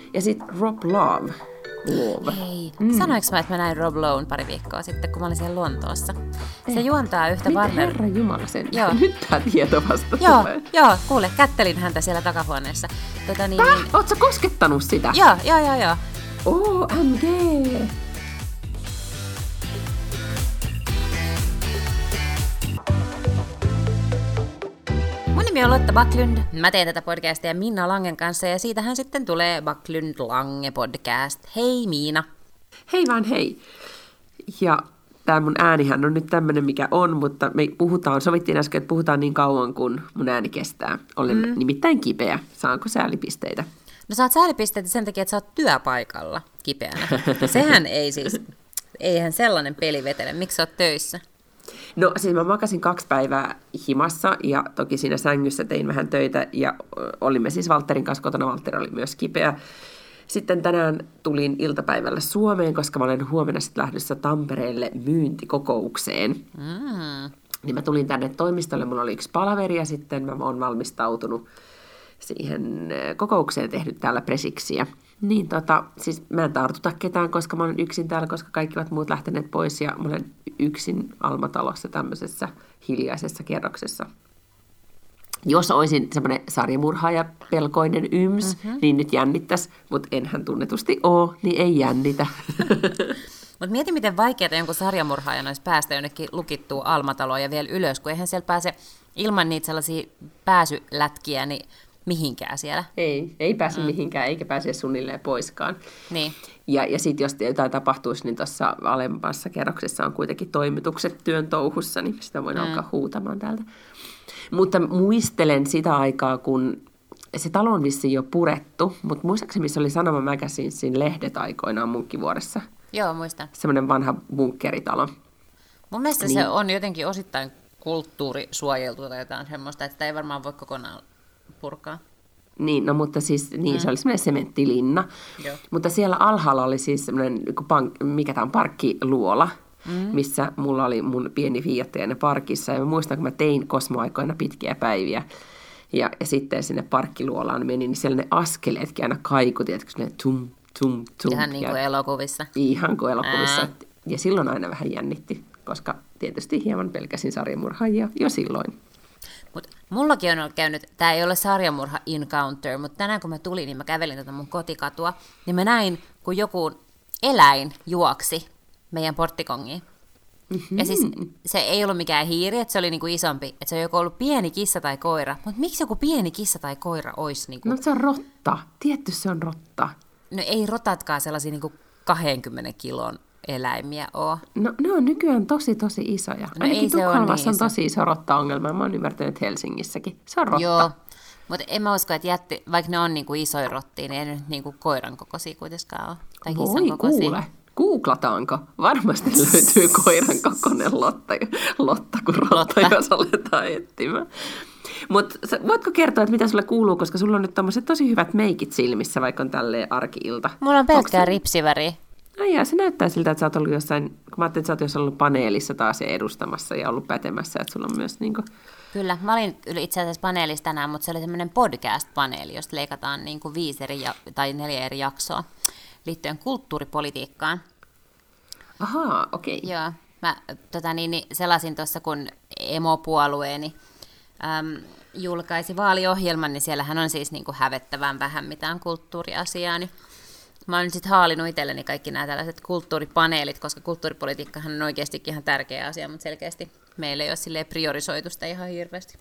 Ja sitten Rob Love. Hei, sanoinko mä, että mä näin Rob Lowen pari viikkoa sitten, kun mä olin siellä Lontoossa? Se juontaa yhtä Warner... Herra Jumala sen. Joo. Nyt tää tieto vasta Joo, tulee. joo, kuule, kättelin häntä siellä takahuoneessa. Oot sä koskettanut sitä? Joo. OMG! Mun nimi on Lotta Backlund. Mä teen tätä podcastia Minna Langen kanssa ja siitähän sitten tulee Backlund Lange podcast. Hei Miina. Hei vaan hei. Ja tää mun äänihän on nyt tämmönen mikä on, mutta me sovittiin äsken, että puhutaan niin kauan kuin mun ääni kestää. Olen nimittäin kipeä. Saanko säälipisteitä? No saat säälipisteitä sen takia, että sä oot työpaikalla kipeänä. Sehän ei siis, eihän sellainen peli vetele. Miksi sä oot töissä? No siis mä makasin 2 päivää himassa ja toki siinä sängyssä tein vähän töitä ja olimme siis Valtterin kanssa kotona. Valtteri oli myös kipeä. Sitten tänään tulin iltapäivällä Suomeen, koska mä olen huomenna sitten lähdössä Tampereelle myyntikokoukseen. Niin mä tulin tänne toimistolle, mulla oli 1 palaveri ja sitten mä oon valmistautunut siihen kokoukseen, tehnyt täällä presiksiä. Niin siis mä en tartuta ketään, koska mä olen yksin täällä, koska kaikki ovat muut lähteneet pois ja mä olen yksin Almatalossa tämmöisessä hiljaisessa kerroksessa. Jos olisin semmoinen sarjamurhaaja pelkoinen niin nyt jännittäisi, mutta enhän tunnetusti ole, niin ei jännitä. Mutta mieti, miten vaikeaa jonkun sarjamurhaajan olisi päästä jonnekin lukittua Almataloon ja vielä ylös, kun eihän siellä pääse ilman niitä sellaisia pääsylätkiä, niin mihinkään siellä. Ei pääse mihinkään, eikä pääse suunnilleen poiskaan. Niin. Ja sitten jos jotain tapahtuisi, niin tuossa alemmassa kerroksessa on kuitenkin toimitukset työn touhussa, niin sitä voin alkaa huutamaan täältä. Mutta muistelen sitä aikaa, kun se talo on vissiin jo purettu, mutta muistaakseni, missä oli Sanoma Magazinesin lehdet aikoinaan Munkkivuoressa? Joo, muistan. Semmoinen vanha bunkkeritalo. Mun mielestä se on jotenkin osittain kulttuurisuojeltu tai jotain semmoista, että sitä ei varmaan voi kokonaan purkaa. Niin, no mutta siis se oli semmoinen sementtilinna. Joo. Mutta siellä alhaalla oli siis semmoinen, mikä tämä on, parkkiluola, missä mulla oli mun pieni Fiat parkissa. Ja mä muistan, kun mä tein Kosmo-aikoina pitkiä päiviä. Ja sitten sinne parkkiluolaan meni, niin siellä ne askeleetkin aina kaiku, tiedätkö, ne tum. Ihan niin kuin elokuvissa. Ihan kuin elokuvissa. Ja silloin aina vähän jännitti, koska tietysti hieman pelkäsin sarjamurhaajia jo silloin. Mullakin on käynyt, tämä ei ole sarjamurha encounter, mutta tänään kun mä tulin, niin mä kävelin tätä mun kotikatua, niin mä näin, kun joku eläin juoksi meidän porttikongiin. Ja siis se ei ollut mikään hiiri, että se oli niinku isompi, että se on joko ollut pieni kissa tai koira. Mutta miksi joku pieni kissa tai koira olisi niinku... No se on rotta. Tietty se on rotta. No ei rotatkaan sellaisia niinku 20 kilon eläimiä ole. No ne on nykyään tosi isoja. No ainakin Tukholmassa niin on tosi iso rotta-ongelma. Mä oon ymmärtänyt Helsingissäkin. Se on rotta. Joo, mutta en mä usko, että vaikka ne on niinku isoja rottia, niin ei ne nyt niinku koiran kokoisia kuitenkaan ole. Tai kissan kokoisia. Kuule. Googlataanko? Varmasti löytyy koiran kokoinen Lotta kuin rotta, jos aletaan etsimään. Mutta voitko kertoa, että mitä sulle kuuluu, koska sulla on nyt tommoset tosi hyvät meikit silmissä, vaikka on tälleen arki-ilta. Mulla on pelkkää ripsiväriä. Ai se näyttää siltä, että sä oot ollut jossain, kun mä ajattelin, että sä oot jossain ollut paneelissa taas edustamassa ja ollut pätemässä, että sulla on myös niinku... Kyllä, mä olin itse asiassa paneelissa tänään, mutta se oli semmoinen podcast-paneeli, josta leikataan niinku 4 eri jaksoa liittyen kulttuuripolitiikkaan. Ahaa, okei. Okay. Joo, mä selasin tuossa, kun emopuolueeni julkaisi vaaliohjelman, niin siellähän on siis niinku hävettävän vähän mitään kulttuuriasiaa, niin mä oon sitten haalinut itselleni kaikki nämä tällaiset kulttuuripaneelit, koska kulttuuripolitiikkahan on oikeastikin ihan tärkeä asia, mutta selkeästi meillä ei ole silleen priorisoitu sitä ihan hirveästi.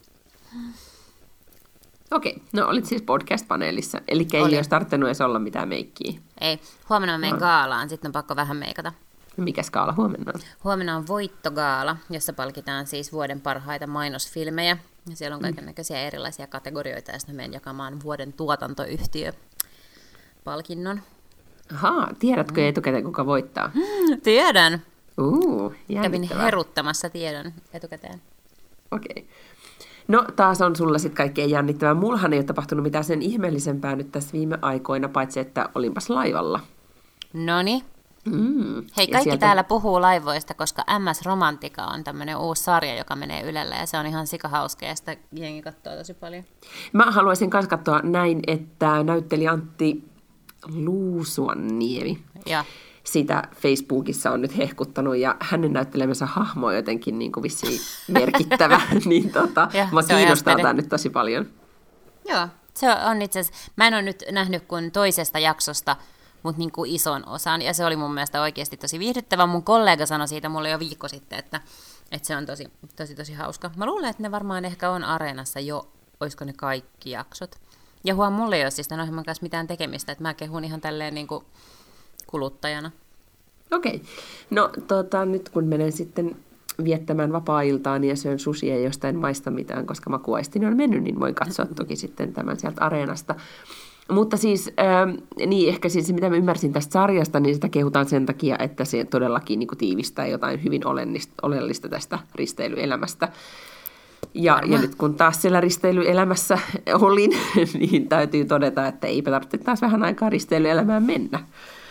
Okei, no olit siis podcast-paneelissa, eli ei olisi tarvinnut edes olla mitään meikkiä. Ei, huomenna mä menen gaalaan, sitten on pakko vähän meikata. Mikäs gaala huomenna on? Huomenna on voittogaala, jossa palkitaan siis vuoden parhaita mainosfilmejä. Ja siellä on kaikennäköisiä erilaisia kategorioita, ja sitten menen jakamaan vuoden tuotantoyhtiö-palkinnon. Ahaa, tiedätkö etukäteen, kuka voittaa? Tiedän. Kävin heruttamassa tiedon etukäteen. Okei. No taas on sulla sitten kaikkein jännittävää. Mullahan ei ole tapahtunut mitään sen ihmeellisempää nyt tässä viime aikoina, paitsi että olinpas laivalla. Noniin. Hei, kaikki täällä puhuu laivoista, koska MS Romantica on tämmöinen uusi sarja, joka menee Ylelle, ja se on ihan sikahauska, ja sitä jengi katsoo tosi paljon. Mä haluaisin myös katsoa näin, että näyttelijä Antti Luusuanniemi. Ja. Sitä Facebookissa on nyt hehkuttanut, ja hänen näyttelemänsä hahmo on jotenkin niin kuin vissiin merkittävä, niin mua kiinnostaa tämä nyt tosi paljon. Joo, se on itse asiassa, mä en ole nyt nähnyt kuin toisesta jaksosta, mutta niin kuin ison osan, ja se oli mun mielestä oikeasti tosi viihdyttävä. Mun kollega sanoi siitä mulle jo viikko sitten, että se on tosi hauska. Mä luulen, että ne varmaan ehkä on Areenassa jo, olisiko ne kaikki jaksot. Ja mulla ei ole siis tämän ohjelman kanssa mitään tekemistä, että mä kehun ihan tälleen niin kuin kuluttajana. Okei. No nyt kun menen sitten viettämään vapaa-iltaani ja syön sushia, josta en maista mitään, koska makuaistini on mennyt, niin voin katsoa toki sitten tämän sieltä Areenasta. Mutta siis, niin ehkä siis mitä mä ymmärsin tästä sarjasta, niin sitä kehutaan sen takia, että se todellakin niin kuin tiivistää jotain hyvin oleellista tästä risteilyelämästä. Ja nyt kun taas siellä risteilyelämässä olin, niin täytyy todeta, että eipä tarvitse taas vähän aikaa risteilyelämään mennä.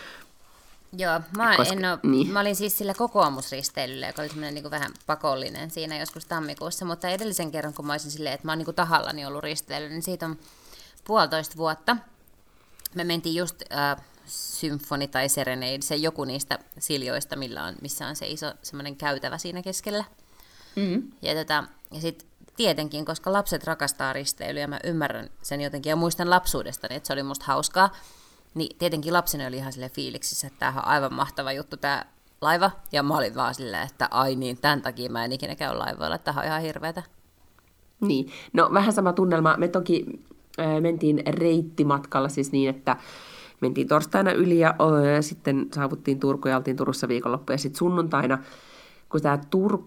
Joo, mä olin siis sillä kokoomusristeilyllä, joka oli semmoinen niin vähän pakollinen siinä joskus tammikuussa, mutta edellisen kerran, kun mä olisin silleen, että mä oon niin tahallani ollut risteilyllä, niin siitä on 1,5 vuotta. Me mentiin just Symphony tai Serenade, se joku niistä siljoista, missä on se iso semmoinen käytävä siinä keskellä. Mm-hmm. Ja sitten tietenkin, koska lapset rakastaa risteilyä, ja mä ymmärrän sen jotenkin, ja muistan lapsuudestani, että se oli musta hauskaa, niin tietenkin lapseni oli ihan silleen fiiliksissä, että tämähän on aivan mahtava juttu tämä laiva, ja mä olin vaan silleen, että ai niin, tämän takia mä en ikinä käy laivoilla, että tämähän on ihan hirveätä. Niin, no vähän sama tunnelma. Me toki mentiin reittimatkalla siis niin, että mentiin torstaina yli ja sitten saavuttiin Turkuun ja oltiin Turussa viikonloppu. Ja sitten sunnuntaina, kun tämä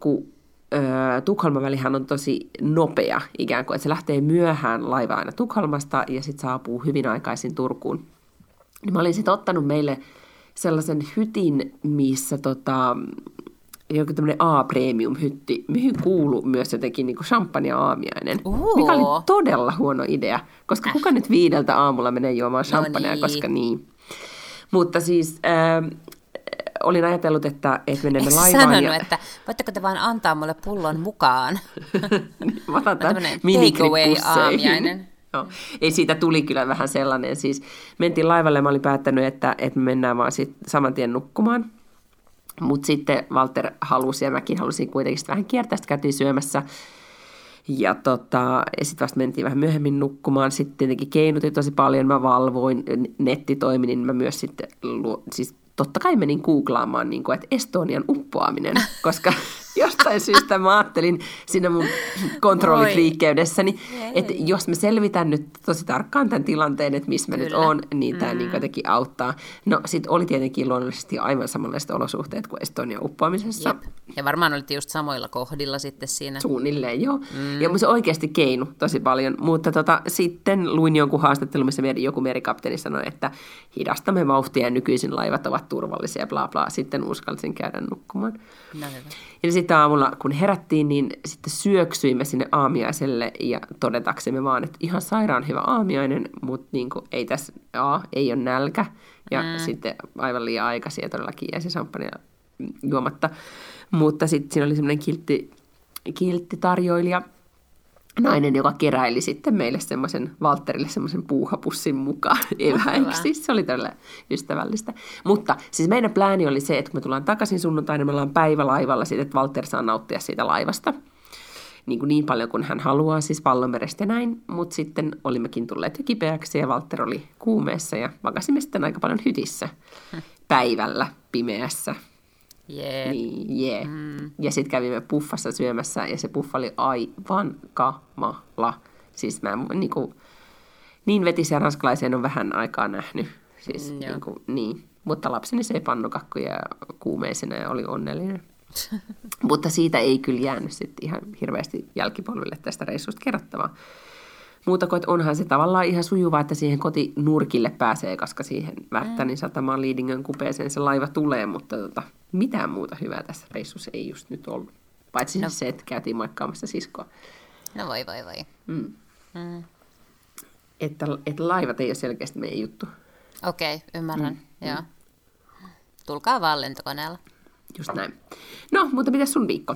Tukholman välihän on tosi nopea ikään kuin, että se lähtee myöhään laiva aina Tukholmasta ja sitten saapuu hyvin aikaisin Turkuun. Niin mä olin sitten ottanut meille sellaisen hytin, missä joku tämmöinen A-premium-hytti, mihin kuului myös jotenkin niin kuin champagne-aamiainen, mikä oli todella huono idea, koska kuka nyt 5 aamulla menee juomaan champagnea, koska niin. Mutta siis olin ajatellut, että menemme laivaan. Sanonut, että voitteko te vaan antaa mulle pullon mukaan? Mä otan tämän takeaway-aamiainen. No, ei, siitä tuli kyllä vähän sellainen. Siis mentiin laivalle ja mä olin päättänyt, että me mennään vaan saman tien nukkumaan. Mutta sitten Walter halusi ja mäkin halusin kuitenkin vähän kiertää, sitten käytiin syömässä. Ja sitten vasta mentiin vähän myöhemmin nukkumaan. Sitten tietenkin keinutin tosi paljon, mä valvoin, netti toimi, niin mä myös sitten, siis totta kai menin googlaamaan, niin kuin, että Estonian uppoaminen, koska jostain syystä mä ajattelin siinä mun kontrollifriikkeydessäni, että jos mä selvitän nyt tosi tarkkaan tämän tilanteen, että missä mä nyt oon, niin tämä niin jotenkin auttaa. No sit oli tietenkin luonnollisesti aivan samanlaiset olosuhteet kuin Estonian uppoamisessa. Jep. Ja varmaan olitte just samoilla kohdilla sitten siinä. Suunnilleen, joo. Ja se oikeasti keinu tosi paljon, mutta sitten luin jonkun haastattelun, missä joku merikapteeni sanoi, että hidastamme vauhtia ja nykyisin laivat ovat turvallisia, bla bla. Sitten uskalsin käydä nukkumaan. No, hyvä. Ja sitten aamulla, kun herättiin, niin sitten syöksyimme sinne aamiaiselle ja todetaksemme vaan, että ihan sairaan hyvä aamiainen, mutta niin kuin, ei tässä, ei ole nälkä. Ja sitten aivan liian aikaisin ja todellakin jäisi champagnea juomatta. Mutta sitten siinä oli semmoinen kiltti tarjoilija, nainen, joka keräili sitten meille semmoisen, Walterille semmoisen puuhapussin mukaan eväiksi. Se oli todella ystävällistä. Mutta siis meidän plääni oli se, että kun me tullaan takaisin sunnuntaina, me ollaan päivälaivalla siitä, että Walter saa nauttia siitä laivasta. Niin paljon kuin hän haluaa, siis Pallonmerestä ja näin. Mutta sitten olimmekin tulleet jo kipeäksi ja Walter oli kuumeessa ja makasimme sitten aika paljon hytissä päivällä pimeässä. Yeah. Niin, ja sitten kävimme puffassa syömässä, ja se puffa oli aivan kamala. Siis mä niin vetisiä ranskalaisia on vähän aikaa nähnyt. Siis, niin. Mutta lapseni söi pannukakkuja kuumeisena ja oli onnellinen. Mutta siitä ei kyllä jäänyt sitten ihan hirveästi jälkipolville tästä reissusta kerrottavaa. Muuta kuin, että onhan se tavallaan ihan sujuvaa, että siihen kotinurkille pääsee, koska siihen Värttänin satamaan Liidingön kupeeseen se laiva tulee, mutta mitään muuta hyvää tässä reissussa ei just nyt ollut. Paitsi se, että käytiin moikkaamassa siskoa. No voi. Että laivat ei ole selkeästi meidän juttu. Okei, ymmärrän. Joo. Tulkaa vaan lentokoneella. Just näin. No, mutta mitäs sun viikko?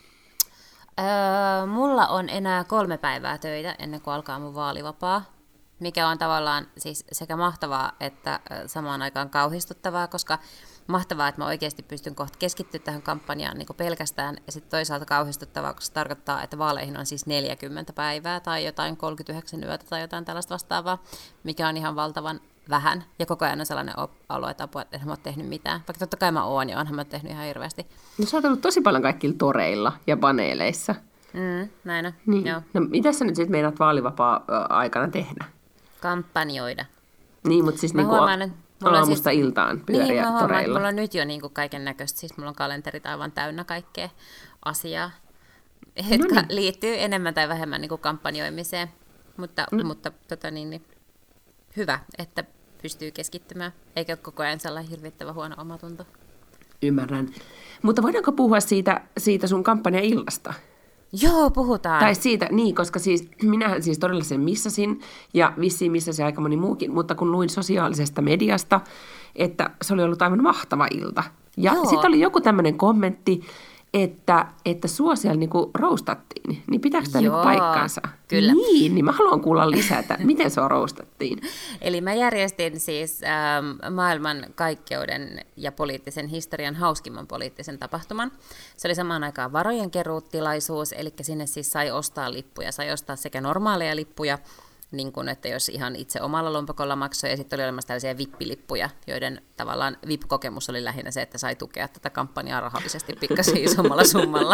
Mulla on enää 3 päivää töitä ennen kuin alkaa mun vaalivapaa. mikä on tavallaan siis sekä mahtavaa että samaan aikaan kauhistuttavaa, koska mahtavaa, että mä oikeasti pystyn kohta keskittyä tähän kampanjaan niin kuin pelkästään, ja sitten toisaalta kauhistuttavaa, koska se tarkoittaa, että vaaleihin on siis 40 päivää tai jotain 39 yötä tai jotain tällaista vastaavaa, mikä on ihan valtavan vähän, ja koko ajan on sellainen olo, että apua, että en mä ole tehnyt mitään. Vaikka totta kai mä oon, ja onhan mä tehnyt ihan hirveästi. No sä oot ollut tosi paljon kaikilla toreilla ja paneeleissa. Näin on, niin. Joo. No mitä sä nyt sitten meinaat vaalivapaa-aikana tehdä? Kampanjoida. Niin, mutta siis niinku aamusta iltaan pyöriä niin, toreilla. Mulla on nyt jo niinku kaiken näköistä, siis mulla on kalenterit aivan täynnä kaikkea asiaa, jotka liittyy enemmän tai vähemmän niinku kampanjoimiseen. Mutta hyvä, että pystyy keskittymään, eikä ole koko ajan sellainen hirvittävä huono omatunto. Ymmärrän. Mutta voidaanko puhua siitä sun kampanjaillasta? Joo, puhutaan. Tai siitä, niin, koska siis minähän siis todella sen missasin, ja vissiin missasi aika moni muukin, mutta kun luin sosiaalisesta mediasta, että se oli ollut aivan mahtava ilta. Ja sitten oli joku tämmöinen kommentti, että sua siellä niinku roustattiin, niin pitääkö tämä niinku paikkaansa? Kyllä. Niin mä haluan kuulla lisää, että miten sua roustattiin. Eli mä järjestin siis maailman kaikkeuden ja poliittisen historian hauskimman poliittisen tapahtuman. Se oli samaan aikaan varojen keruutilaisuus, eli sinne siis sai ostaa lippuja, sai ostaa sekä normaaleja lippuja, niin kuin, että jos ihan itse omalla lompakolla maksoi, ja sitten oli olemassa tällaisia VIP-lippuja, joiden tavallaan VIP-kokemus oli lähinnä se, että sai tukea tätä kampanjaa rahallisesti pikkasen isommalla summalla.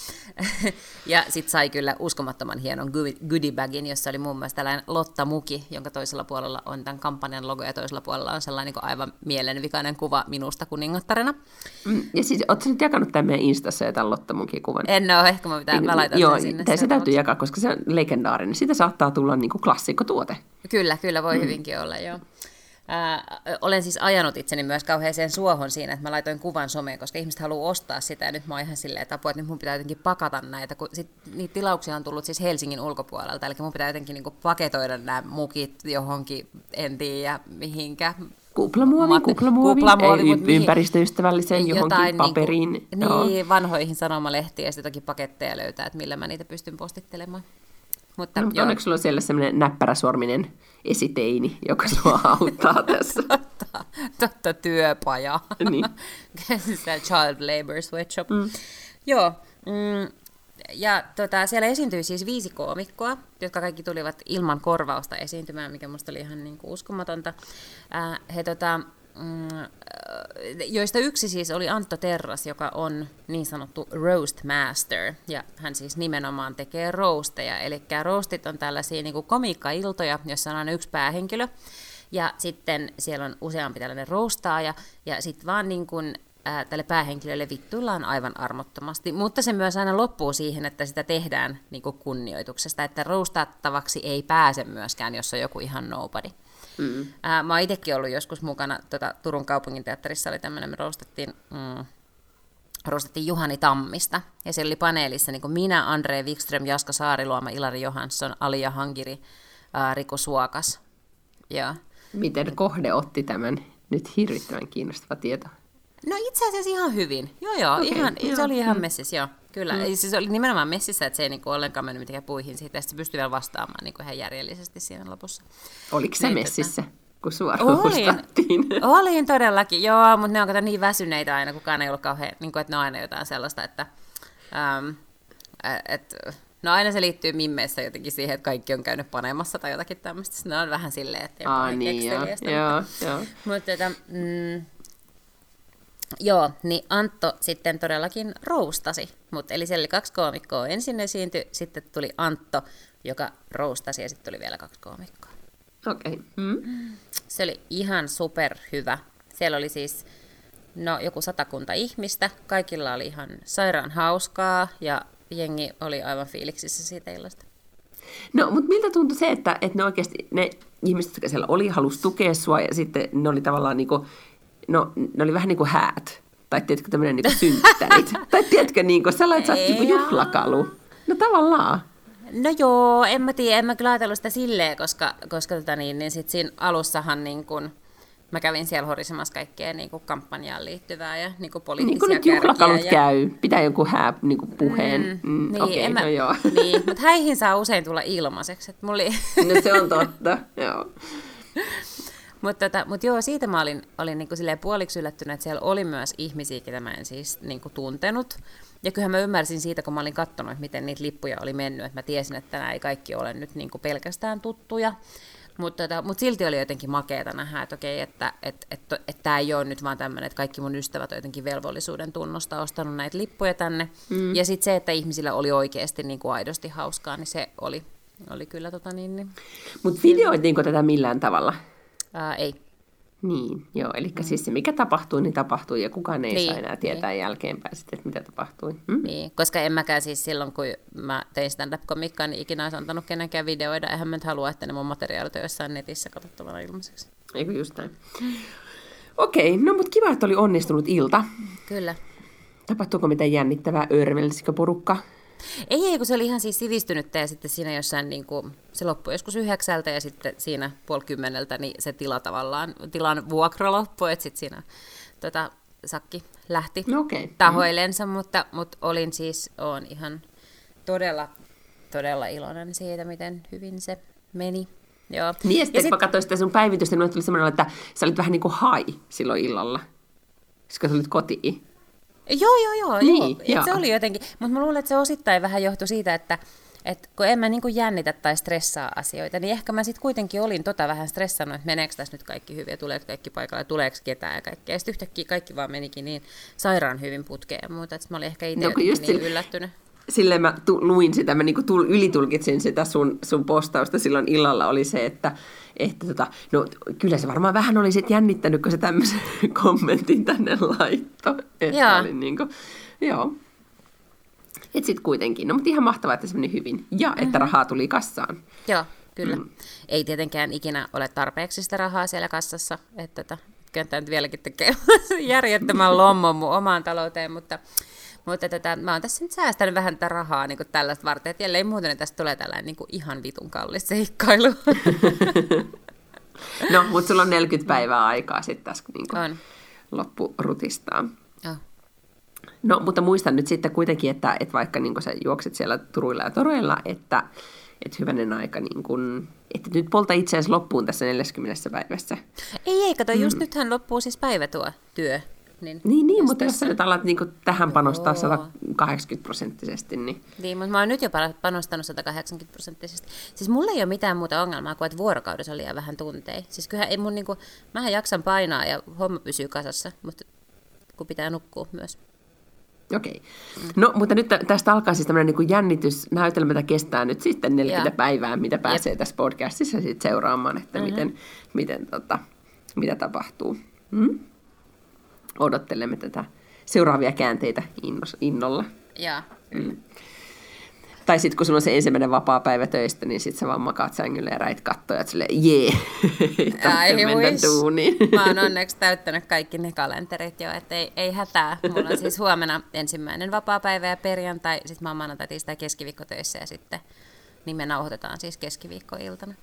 Ja sitten sai kyllä uskomattoman hienon goodiebagin, jossa oli muun muassa tällainen Lotta-muki, jonka toisella puolella on tämän kampanjan logo, ja toisella puolella on sellainen niin aivan mielenvikainen kuva minusta kuningattarena. Ja siis ootko nyt jakanut tämän meidän Instassa ja tämän Lotta-muki-kuvan? En ole, ehkä mä laitan sen sinne. Joo, se täytyy jakaa, koska se on legendaarinen. Sitä saattaa tulla niin kuin klassikkotuote. Kyllä voi hyvinkin olla, joo. Olen siis ajanut itseni myös kauheeseen suohon siinä, että mä laitoin kuvan someen, koska ihmiset haluaa ostaa sitä, ja nyt mä oon ihan silleen, että nyt mun pitää jotenkin pakata näitä, kun niitä tilauksia on tullut siis Helsingin ulkopuolelta, eli mun pitää jotenkin niinku paketoida nämä mukit johonkin, en tiedä mihinkä. Kuplamuoviin, ympäristöystävälliseen johonkin paperiin. Niin, vanhoihin sanomalehtiin, ja sitten jotakin paketteja löytää, että millä mä niitä pystyn postittelemaan. Mutta onneksi sulla on siellä sellainen näppäräsorminen esiteini, joka sua auttaa tässä. Totta työpaja. Niin. Child Labor Sweatshop. Joo. Ja siellä esiintyi siis 5 koomikkoa, jotka kaikki tulivat ilman korvausta esiintymään, mikä musta oli ihan niin kuin uskomatonta. Joista yksi siis oli Antto Terras, joka on niin sanottu roast master, ja hän siis nimenomaan tekee roasteja, eli roastit on tällaisia niin kuin komiikkailtoja, jossa on aina yksi päähenkilö, ja sitten siellä on useampi tällainen roastaaja, ja sitten vaan niin kuin tälle päähenkilölle vittuillaan aivan armottomasti, mutta se myös aina loppuu siihen, että sitä tehdään niin kuin kunnioituksesta, että roastattavaksi ei pääse myöskään, jos on joku ihan nobody. Mä oon itsekin ollut joskus mukana, Turun kaupunginteatterissa oli tämmöinen, me roastettiin Juhani Tammista, ja siellä oli paneelissa niin kuin minä, Andre Wikström, Jaska Saariluoma, Ilari Johansson, Alia Hankiri, Riku Suokas. Ja miten kohde otti tämän? Nyt hirvittävän kiinnostava tieto. No itse asiassa ihan hyvin. Se oli ihan messissä, joo. Kyllä, siis oli nimenomaan messissä, että se ei niinku ollenkaan mennyt mitenkään puihin siitä, ja sitten se pystyi vielä vastaamaan niinku ihan järjellisesti siinä lopussa. Oliko se messissä, kun sua roastattiin? Olin todellakin, joo, mutta ne on niin väsyneitä aina, kukaan ei ollut kauhean, niin että ne on aina jotain sellaista, että no aina se liittyy mimmeissä jotenkin siihen, että kaikki on käynyt panemassa tai jotakin tämmöistä. Ne on vähän silleen, että joo. Mutta joo, niin Antto sitten todellakin roustasi, eli siellä oli 2 koomikkoa. Ensin esiintyi, sitten tuli Antto, joka roustasi, ja sitten tuli vielä 2 koomikkoa. Okei. Se oli ihan superhyvä. Siellä oli siis joku 100 ihmistä, kaikilla oli ihan sairaan hauskaa, ja jengi oli aivan fiiliksissä siitä illasta. No, mutta miltä tuntui se, että ne oikeasti, ne ihmiset, jotka siellä oli, halusi tukea sua, ja sitten ne oli tavallaan niinku, ne oli vähän niin kuin häät, tai tiedätkö tämmöinen niin kuin synttärit, tai tiedätkö niin kuin sellainen, että sä oot niin kuin juhlakalu. No tavallaan. No joo, en mä tiedä, en mä kyllä ajatellut sitä silleen, koska niin sit siinä alussahan niin kun mä kävin siellä horisemassa kaikkea niin kuin kampanjaan liittyvää ja niin kuin poliittisia niin kuin nyt juhlakalut käy, pitää jonkun niin kuin puheen. Niin, Okei, no joo. Niin, mutta häihin saa usein tulla ilmaiseksi. No se on totta, joo. Mutta joo, siitä mä olin niin kuin silleen puoliksi yllättynyt, että siellä oli myös ihmisiä, ketä mä en siis niin kuin tuntenut. Ja kyllähän mä ymmärsin siitä, kun mä olin katsonut, että miten niitä lippuja oli mennyt, että mä tiesin, että nämä ei kaikki ole nyt niin kuin pelkästään tuttuja. Mutta silti oli jotenkin makeata nähdä, että okei, että tämä ei ole nyt vaan tämmöinen, että kaikki mun ystävät on jotenkin velvollisuuden tunnosta ostanut näitä lippuja tänne. Ja sitten se, että ihmisillä oli oikeasti niin kuin aidosti hauskaa, niin se oli kyllä Mutta videoitiinko tätä millään tavalla? Ei. Niin, joo. Eli siis se, mikä tapahtui, niin tapahtui, ja kukaan ei saa enää tietää jälkeenpäin sitten, että mitä tapahtui. Niin, koska en mäkään siis silloin, kun mä tein stand-up-komikkaa, niin ikinä olisi antanut kenenkään videoida. Eihän mä nyt halua, että ne mun materiaalit on jossain netissä katsottavana ilmaiseksi. Eikö just näin? Okei, no mutta kiva, että oli onnistunut ilta. Kyllä. Tapahtuuko mitään jännittävää, örvellisikö porukka? Ei, kun se oli ihan siis sivistynyttä ja sitten siinä jossain, niin kuin, se loppui joskus 9 ja sitten siinä 9:30, niin se tilan vuokra loppui, että sitten siinä sakki lähti tahoillensa, mutta olen ihan todella iloinen siitä, miten hyvin se meni. Joo. Niin, ja sitten kun katsoin sitä sun päivitystä, niin tuli semmoinen, että sä olit vähän niin kuin high silloin illalla, koska sä olit kotiin. Joo. Niin, se oli jotenkin, mutta mä luulen, että se osittain vähän johtui siitä, että kun en mä niin kuin jännitä tai stressaa asioita, niin ehkä mä sitten kuitenkin olin vähän stressannut, että meneekö tässä nyt kaikki hyvin ja tuleeko kaikki paikalle, tuleeko ketään ja kaikkea. Ja sitten yhtäkkiä kaikki vaan menikin niin sairaan hyvin putkeen ja muuta, että mä olin ehkä itse niin yllättynyt. Silleen mä luin sitä, mä niinku ylitulkitsin sitä sun postausta silloin illalla, oli se, että no kyllä se varmaan vähän oli sit jännittänyt, kun se tämmöisen kommentin tänne laittoi. Joo. Et sit kuitenkin, no mutta ihan mahtavaa, että se meni hyvin ja että rahaa tuli kassaan. Joo, kyllä. Ei tietenkään ikinä ole tarpeeksi sitä rahaa siellä kassassa, että kyllä tämä nyt vieläkin tekee järjettömän lommon mun omaan talouteen, mutta mä oon tässä nyt säästänyt vähän tätä rahaa niin tällaista varten, että ellei muuten, niin tästä tulee tällainen niin ihan vitun kallis seikkailu. No, mutta sulla on 40 päivää aikaa sitten tässä niin loppurutistaa. Oh. No, mutta muistan nyt sitten kuitenkin, että vaikka niin sä juokset siellä turuilla ja toreilla, että hyvänen aika, niin kun, että nyt polta itseäsi loppuun tässä 40 päivässä. Ei, kato, just nythän loppuu siis työ. Niin, mutta jos sä nyt alat niin tähän panostaa 180%, niin... Niin, mutta mä oon nyt jo panostanut 180%. Siis mulla ei ole mitään muuta ongelmaa kuin, että vuorokaudessa on liian vähän tunteja. Siis kyllähän ei mun niinku, mähän jaksan painaa ja homma pysyy kasassa, mutta kun pitää nukkua myös. Okei. No, mutta nyt tästä alkaa siis tämmöinen niin jännitysnäytelmä, jota kestää nyt sitten 40 päivää, mitä pääsee tässä podcastissa sitten seuraamaan, että mitä tapahtuu. Odottelemme tätä seuraavia käänteitä innolla. Joo. Tai sitten kun sulla on se ensimmäinen vapaa päivä töistä, niin sitten sä vaan makaat sängyllä ja räit kattoja, että silleen, ei tarvitse mennä duuniin. Mä oon onneksi täyttänyt kaikki ne kalenterit jo, että ei hätää. Mulla on siis huomenna ensimmäinen vapaa päivä ja perjantai, sitten mä oon maanantai, tiistai, keskiviikko töissä ja sitten niin me nauhoitetaan siis keskiviikkoiltana.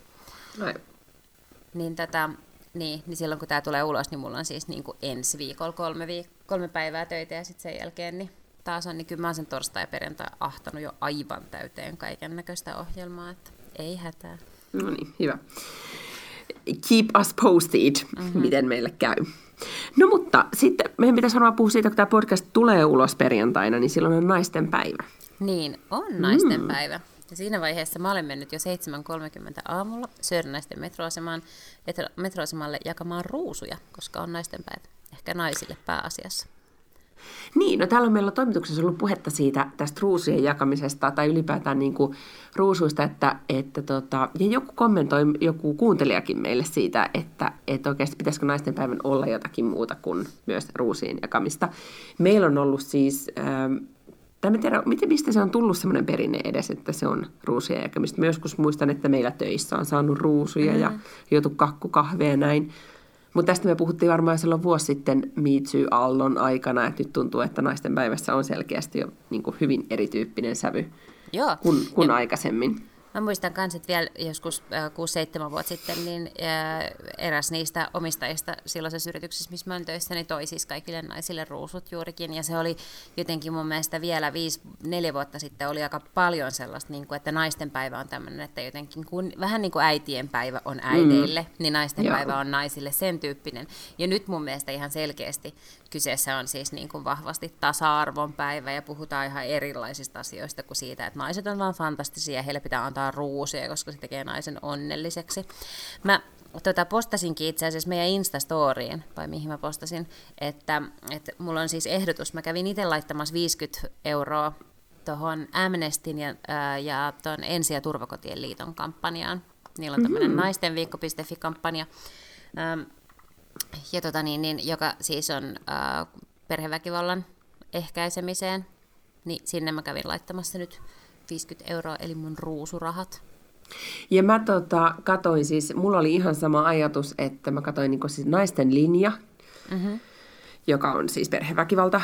Niin silloin kun tämä tulee ulos, niin mulla on siis niin kuin ensi viikolla 3 päivää töitä ja sitten sen jälkeen niin taas on, niin kyllä mä oon sen torstai ja perjantai ahtanut jo aivan täyteen kaiken näköistä ohjelmaa, että ei hätää. No niin, hyvä. Keep us posted, miten meille käy. No mutta sitten meidän pitäisi varmaan puhua siitä, kun tämä podcast tulee ulos perjantaina, niin silloin on naisten päivä. Niin, on naisten päivä. Ja siinä vaiheessa mä olen mennyt jo 7.30 aamulla Sörnäisten metroasemalle jakamaan ruusuja, koska on naisten päivä. Ehkä naisille pääasiassa. Niin, no täällä on meillä toimituksessa ollut puhetta siitä tästä ruusujen jakamisesta tai ylipäätään niin kuin ruusuista, ja joku kommentoi, joku kuuntelijakin meille siitä, että oikeasti pitäisikö naisten päivän olla jotakin muuta kuin myös ruusujen jakamista. Meillä on ollut siis... en tiedä, mistä se on tullut semmoinen perinne edes, että se on ruusujen jakamista. Mä joskus muistan, että meillä töissä on saanut ruusuja ja joutu kakkukahvea ja näin. Mutta tästä me puhuttiin varmaan silloin vuosi sitten Me Too-aallon aikana, että nyt tuntuu, että naisten päivässä on selkeästi jo niin kuin hyvin erityyppinen sävy kuin aikaisemmin. Mä muistan myös, että vielä joskus 6-7 vuotta sitten niin eräs niistä omistajista silloisessa yrityksessä, missä mä olen töissä, niin toi siis kaikille naisille ruusut juurikin. Ja se oli jotenkin mun mielestä vielä 5-4 vuotta sitten oli aika paljon sellaista, niin kuin, että naisten päivä on tämmöinen, että jotenkin vähän niin kuin äitien päivä on äideille, niin naisten päivä on naisille, sen tyyppinen. Ja nyt mun mielestä ihan selkeästi kyseessä on siis niin kuin vahvasti tasa-arvon päivä ja puhutaan ihan erilaisista asioista kuin siitä, että naiset on vaan fantastisia ja heille pitää antaa ruusuja, koska se tekee naisen onnelliseksi. Mä postasinkin itse asiassa meidän Instastoriin, vai mihin mä postasin, että mulla on siis ehdotus. Mä kävin itse laittamassa 50 € tuohon Amnestyn ja tuon Ensi- ja turvakotien liiton kampanjaan. Niillä on tämmöinen naistenviikko.fi-kampanja, ja joka siis on perheväkivallan ehkäisemiseen. Niin sinne mä kävin laittamassa nyt 50 €, eli mun ruusurahat. Ja mä katoin siis, mulla oli ihan sama ajatus, että mä katoin niin siis Naisten linja, joka on siis perheväkivalta,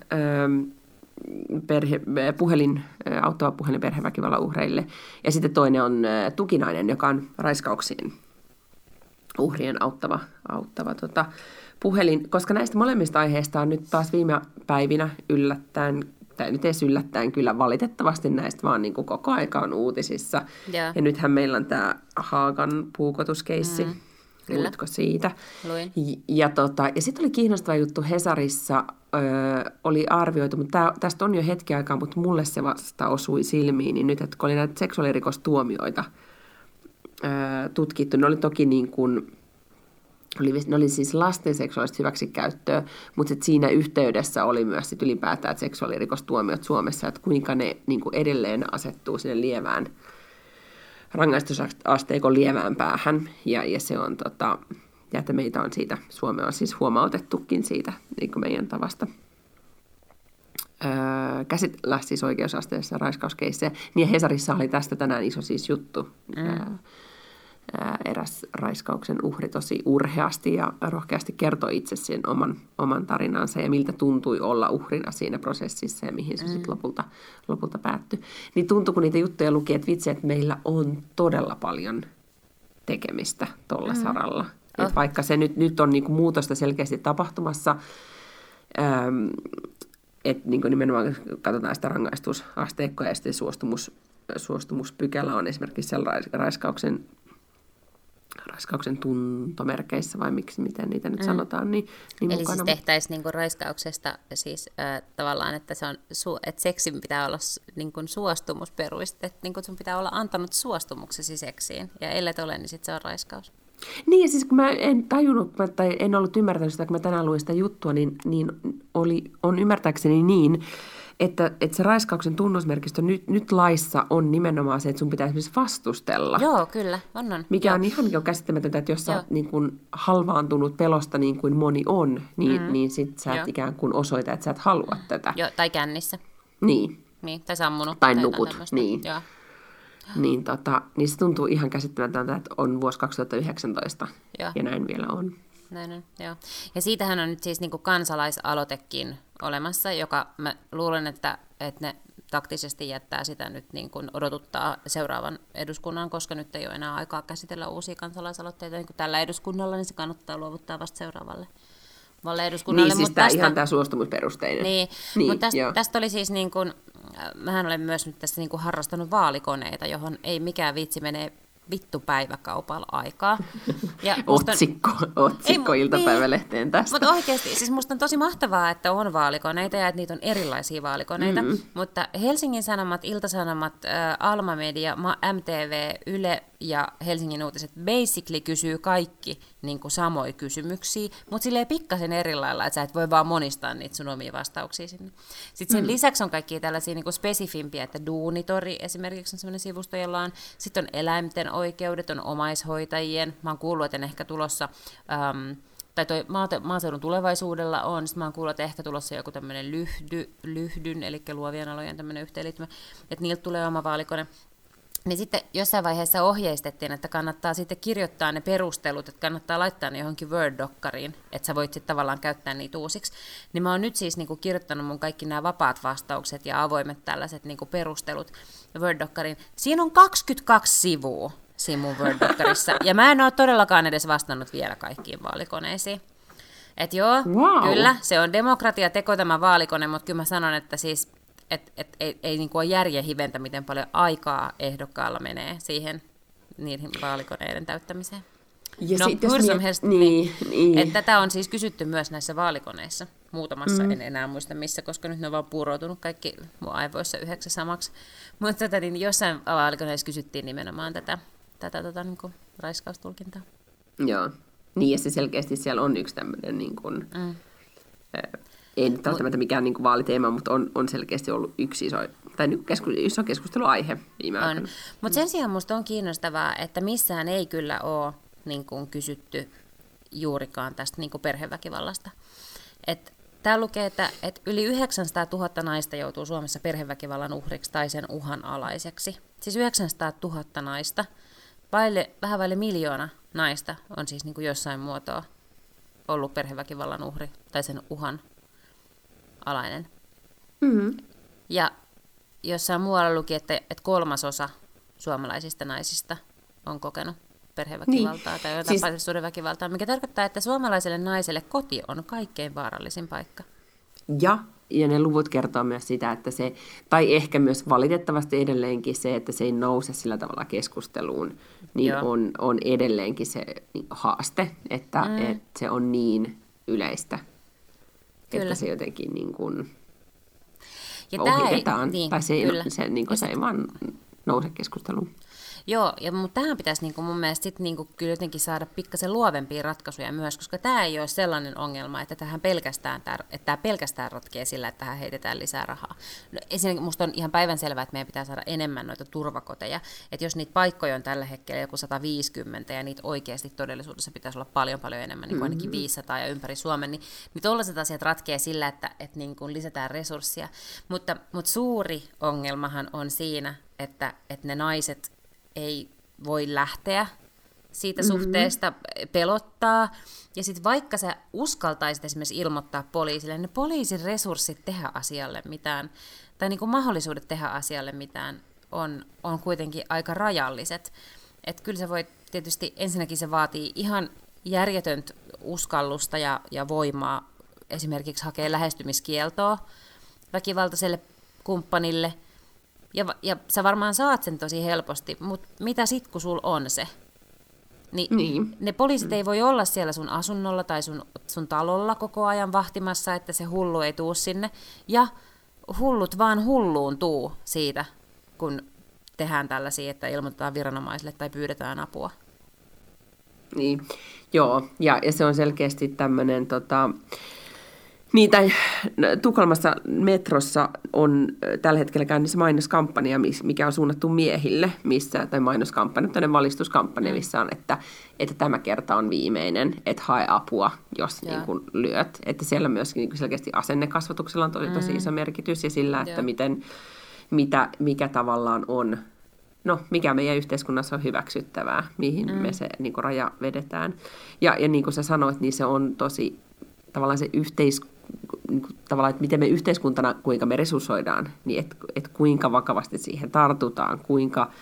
auttava puhelin perheväkivallan uhreille. Ja sitten toinen on Tukinainen, joka on raiskauksien uhrien auttava puhelin. Koska näistä molemmista aiheista on nyt taas viime päivinä yllättäen, tai nyt edes yllättäen kyllä valitettavasti näistä vaan niin kuin koko aika on uutisissa. Yeah. Ja nythän meillä on tämä Haagan puukotuskeissi. Luitko siitä? Luin. Ja sitten oli kiinnostava juttu Hesarissa, oli arvioitu, mutta tästä on jo hetki aikaa, mutta mulle se vasta osui silmiin, niin nyt, että kun oli näitä seksuaalirikostuomioita tutkittu, ne oli toki niin kuin, ne oli siis lasten seksuaalista hyväksikäyttöä, mutta siinä yhteydessä oli myös sit ylipäätään seksuaalirikostuomiot Suomessa, että kuinka ne niin kuin edelleen asettuu sinne lievään rangaistusasteikon lievään päähän, ja se on ja että meitä on siitä, Suomea on siis huomautettukin siitä niin kuin meidän tavasta käsitellä siis oikeusasteessa raiskauskeissejä. Niin Hesarissa oli tästä tänään iso siis juttu. Eräs raiskauksen uhri tosi urheasti ja rohkeasti kertoi itse sen oman tarinansa ja miltä tuntui olla uhrina siinä prosessissa ja mihin se sitten lopulta päättyi. Niin tuntui, kun niitä juttuja luki, että vitsi, että meillä on todella paljon tekemistä tuolla saralla. Että vaikka se nyt on niinku muutosta selkeästi tapahtumassa, että niinku nimenomaan katsotaan sitä rangaistusasteikkoa ja sitten suostumuspykälä on esimerkiksi sellainen raiskauksen tuntomerkeissä, vai miten niitä nyt sanotaan. Niin eli mukana. siis tehtäisiin niinku raiskauksesta siis tavallaan, että se on että seksin pitää olla niinku suostumusperuste, että niinku sun pitää olla antanut suostumuksesi seksiin, ja ellet ole, niin sitten se on raiskaus. Niin, ja siis kun mä en tajunnut, tai en ollut ymmärtänyt sitä, kun mä tänään luin sitä juttua, niin on ymmärtääkseni niin, että se raiskauksen tunnusmerkistö nyt laissa on nimenomaan se, että sun pitää esimerkiksi vastustella. Joo, kyllä, on. Mikä on ihan jo käsittämätöntä, että jos sä oot niin kuin halvaantunut pelosta niin kuin moni on, niin sit sä et ikään kuin osoita, että sä et halua tätä. Joo, tai kännissä. Niin. Niin, tai sammunut. Tai nukut, niin. Joo. Niin se tuntuu ihan käsittämätöntä, että on vuosi 2019 ja näin vielä on. Näin on, joo. Ja siitähän on nyt siis niin kuin kansalaisaloitekin olemassa, joka mä luulen, että ne taktisesti jättää sitä nyt niin kuin odotuttaa seuraavan eduskunnan, koska nyt ei ole enää aikaa käsitellä uusia kansalaisaloitteita. Niin kuin tällä eduskunnalla, niin se kannattaa luovuttaa vasta seuraavalle eduskunnalle. Niin, siis ihan tämä suostumusperusteinen. Niin, mutta tästä oli siis niin kuin, mähän olen myös nyt tässä niin kuin harrastanut vaalikoneita, johon ei mikään viitsi menee vittu päiväkaupalla aikaa. Ja otsikko iltapäivälehteen tästä. Mutta oikeasti, siis musta on tosi mahtavaa, että on vaalikoneita ja että niitä on erilaisia vaalikoneita, mutta Helsingin Sanomat, Ilta-Sanomat, Alma Media, MTV, Yle ja Helsingin Uutiset basically kysyy kaikki niin kuin samoja kysymyksiä, mutta silleen pikkasen eri lailla, että sä et voi vaan monistaa niitä sun omia vastauksia sinne. Sitten sen lisäksi on kaikkia tällaisia niin kuin spesifimpiä, että Duunitori esimerkiksi on sellainen sivusto, jolla on, sitten on eläinten oikeudet, on omaishoitajien, mä oon kuullut, että ehkä tulossa, tai toi maaseudun tulevaisuudella on, sitten mä oon kuullut, että ehkä tulossa joku tämmöinen lyhdyn, eli luovien alojen tämmöinen yhteenliittymä, että niiltä tulee oma vaalikone. Niin sitten jossain vaiheessa ohjeistettiin, että kannattaa sitten kirjoittaa ne perustelut, että kannattaa laittaa ne johonkin Word-dokkariin, että sä voit sitten tavallaan käyttää niitä uusiksi. Niin mä oon nyt siis niinku kirjoittanut mun kaikki nämä vapaat vastaukset ja avoimet tällaiset niinku perustelut Word-dokkariin. Siinä on 22 sivua siinä mun Word-dokkarissa, ja mä en ole todellakaan edes vastannut vielä kaikkiin vaalikoneisiin. Että joo, kyllä, se on demokratiateko tämä vaalikone, mutta kyllä mä sanon, että siis ei niin kuin ole järjen hiventä, miten paljon aikaa ehdokkaalla menee siihen niihin vaalikoneiden täyttämiseen. Ja no, niin. Että tätä on siis kysytty myös näissä vaalikoneissa. Muutamassa en enää muista missä, koska nyt ne on vaan puuroutunut kaikki mun aivoissa yhdeksi samaksi. Mutta niin jossain vaalikoneissa kysyttiin nimenomaan tätä niin kuin raiskaustulkintaa. Joo, niin ja se selkeästi siellä on yksi tämmöinen niin kuin, ei nyt välttämättä mikään niin kuin vaaliteema, mutta on selkeästi ollut yksi iso keskusteluaihe viime aikoina. Mutta sen sijaan minusta on kiinnostavaa, että missään ei kyllä ole niin kuin kysytty juurikaan tästä niin kuin perheväkivallasta. Täällä lukee, että yli 900 000 naista joutuu Suomessa perheväkivallan uhriksi tai sen uhan alaiseksi. Siis 900 000 naista, vähän vaille 1 miljoona naista on siis niin kuin jossain muotoa ollut perheväkivallan uhri tai sen uhan alainen. Mm-hmm. Ja jossain muualla luki, että 1/3 suomalaisista naisista on kokenut perheväkivaltaa tai jotain parisuhdeväkivaltaa, mikä tarkoittaa, että suomalaiselle naiselle koti on kaikkein vaarallisin paikka. Ja ne luvut kertoo myös sitä, että se, tai ehkä myös valitettavasti edelleenkin se, että se ei nouse sillä tavalla keskusteluun, niin on edelleenkin se haaste, että se on niin yleistä, kyllä, että se jotenkin niin kuin ohitetaan, tai se ei vaan nouse keskusteluun. Joo, mutta tähän pitäisi niin kuin mun mielestä sit, niin kuin, kyllä jotenkin saada pikkasen luovempia ratkaisuja myös, koska tämä ei ole sellainen ongelma, että tämä pelkästään ratkee sillä, että tähän heitetään lisää rahaa. No, ensinnäkin musta on ihan päivänselvää, että meidän pitää saada enemmän noita turvakoteja, että jos niitä paikkoja on tällä hetkellä joku 150 ja niitä oikeasti todellisuudessa pitäisi olla paljon enemmän, niin kuin ainakin 500 ja ympäri Suomen, niin tollaiset asiat ratkee sillä, että niin kuin lisätään resursseja. Mutta suuri ongelmahan on siinä, että ne naiset ei voi lähteä siitä suhteesta, pelottaa. Ja sitten vaikka sä uskaltaisit esimerkiksi ilmoittaa poliisille, ne poliisin resurssit tehdä asialle mitään, tai niin kuin mahdollisuudet tehdä asialle mitään, on kuitenkin aika rajalliset. Että kyllä se voi, tietysti ensinnäkin se vaatii ihan järjetöntä uskallusta ja voimaa esimerkiksi hakea lähestymiskieltoa väkivaltaiselle kumppanille. Ja sä varmaan saat sen tosi helposti, mutta mitä sit, kun sul on se? Niin. Ne poliisit ei voi olla siellä sun asunnolla tai sun talolla koko ajan vahtimassa, että se hullu ei tuu sinne. Ja hullut vaan hulluuntuu siitä, kun tehdään tällaisia, että ilmoitetaan viranomaisille tai pyydetään apua. Niin, joo. Ja se on selkeästi tämmöinen niitä Tukholmassa metrossa on tällä hetkellä käynnissä mainoskampanja, mikä on suunnattu miehille, tai tämmöinen valistuskampanja, missä on, että tämä kerta on viimeinen, että hae apua, jos niin kuin lyöt. Että siellä myös niin kuin selkeästi asennekasvatuksella on tosi iso merkitys ja sillä, että mikä tavallaan on, mikä meidän yhteiskunnassa on hyväksyttävää, mihin me se niin kuin raja vedetään. Ja niin kuin sä sanoit, niin se on tosi tavallaan se tavallaan, että miten me yhteiskuntana, kuinka me resurssoidaan, niin että kuinka vakavasti siihen tartutaan, kuinka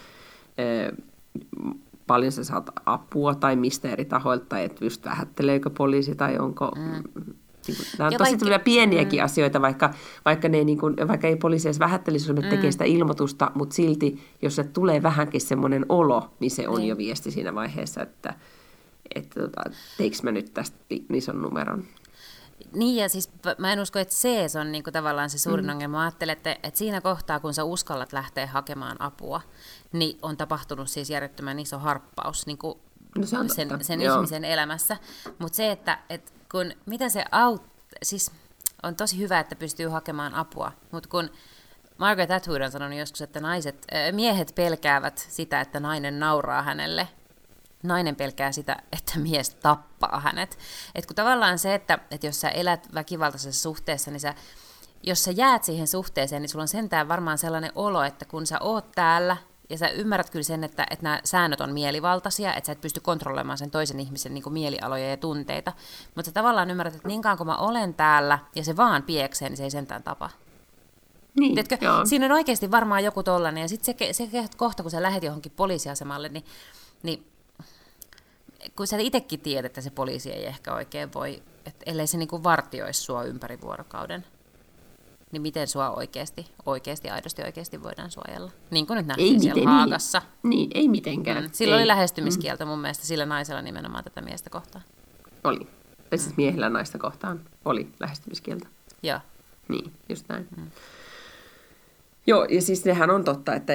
paljon sä saat apua tai mistä eri tahoilta, tai että just vähätteleekö poliisi tai onko. Nämä on tosi pieniäkin asioita, vaikka ei poliisi edes vähättelisi, jos me tekee sitä ilmoitusta, mutta silti, jos se tulee vähänkin semmoinen olo, niin se on jo viesti siinä vaiheessa, että teikö mä nyt tästä ison numeron. Niin, ja siis mä en usko, että se on niinku tavallaan se suurin ongelma. Mä ajattelen, että siinä kohtaa, kun sä uskallat lähteä hakemaan apua, niin on tapahtunut siis järjettömän iso harppaus niinku sen ihmisen elämässä. Mutta se, että mitä se siis on tosi hyvä, että pystyy hakemaan apua, mutta kun Margaret Atwood on sanonut joskus, että miehet pelkäävät sitä, että nainen nauraa hänelle, nainen pelkää sitä, että mies tappaa hänet. Et kun tavallaan se, että jos sä elät väkivaltaisessa suhteessa, niin jos sä jäät siihen suhteeseen, niin sulla on sentään varmaan sellainen olo, että kun sä oot täällä ja sä ymmärrät kyllä sen, että nämä säännöt on mielivaltaisia, että sä et pysty kontrolloimaan sen toisen ihmisen niin kuin mielialoja ja tunteita, mutta sä tavallaan ymmärrät, että niin kauan kun mä olen täällä ja se vaan pieksee, niin se ei sentään tapa. Niin, siinä on oikeasti varmaan joku tollainen, ja sitten se kohta, kun sä lähet johonkin poliisiasemalle, niin kun sä itsekin tiedät, että se poliisi ei ehkä oikein voi, että ellei se niin kuin vartioisi sua ympäri vuorokauden, niin miten sua oikeasti, aidosti voidaan suojella? Niin kuin nyt nähtiin siellä Haagassa. Niin, ei mitenkään. Sillä oli lähestymiskielto mun mielestä sillä naisella nimenomaan tätä miestä kohtaan. Oli. Tai siis miehellä naista kohtaan oli lähestymiskielto. Joo. Niin, just näin. Joo, ja siis nehän on totta, että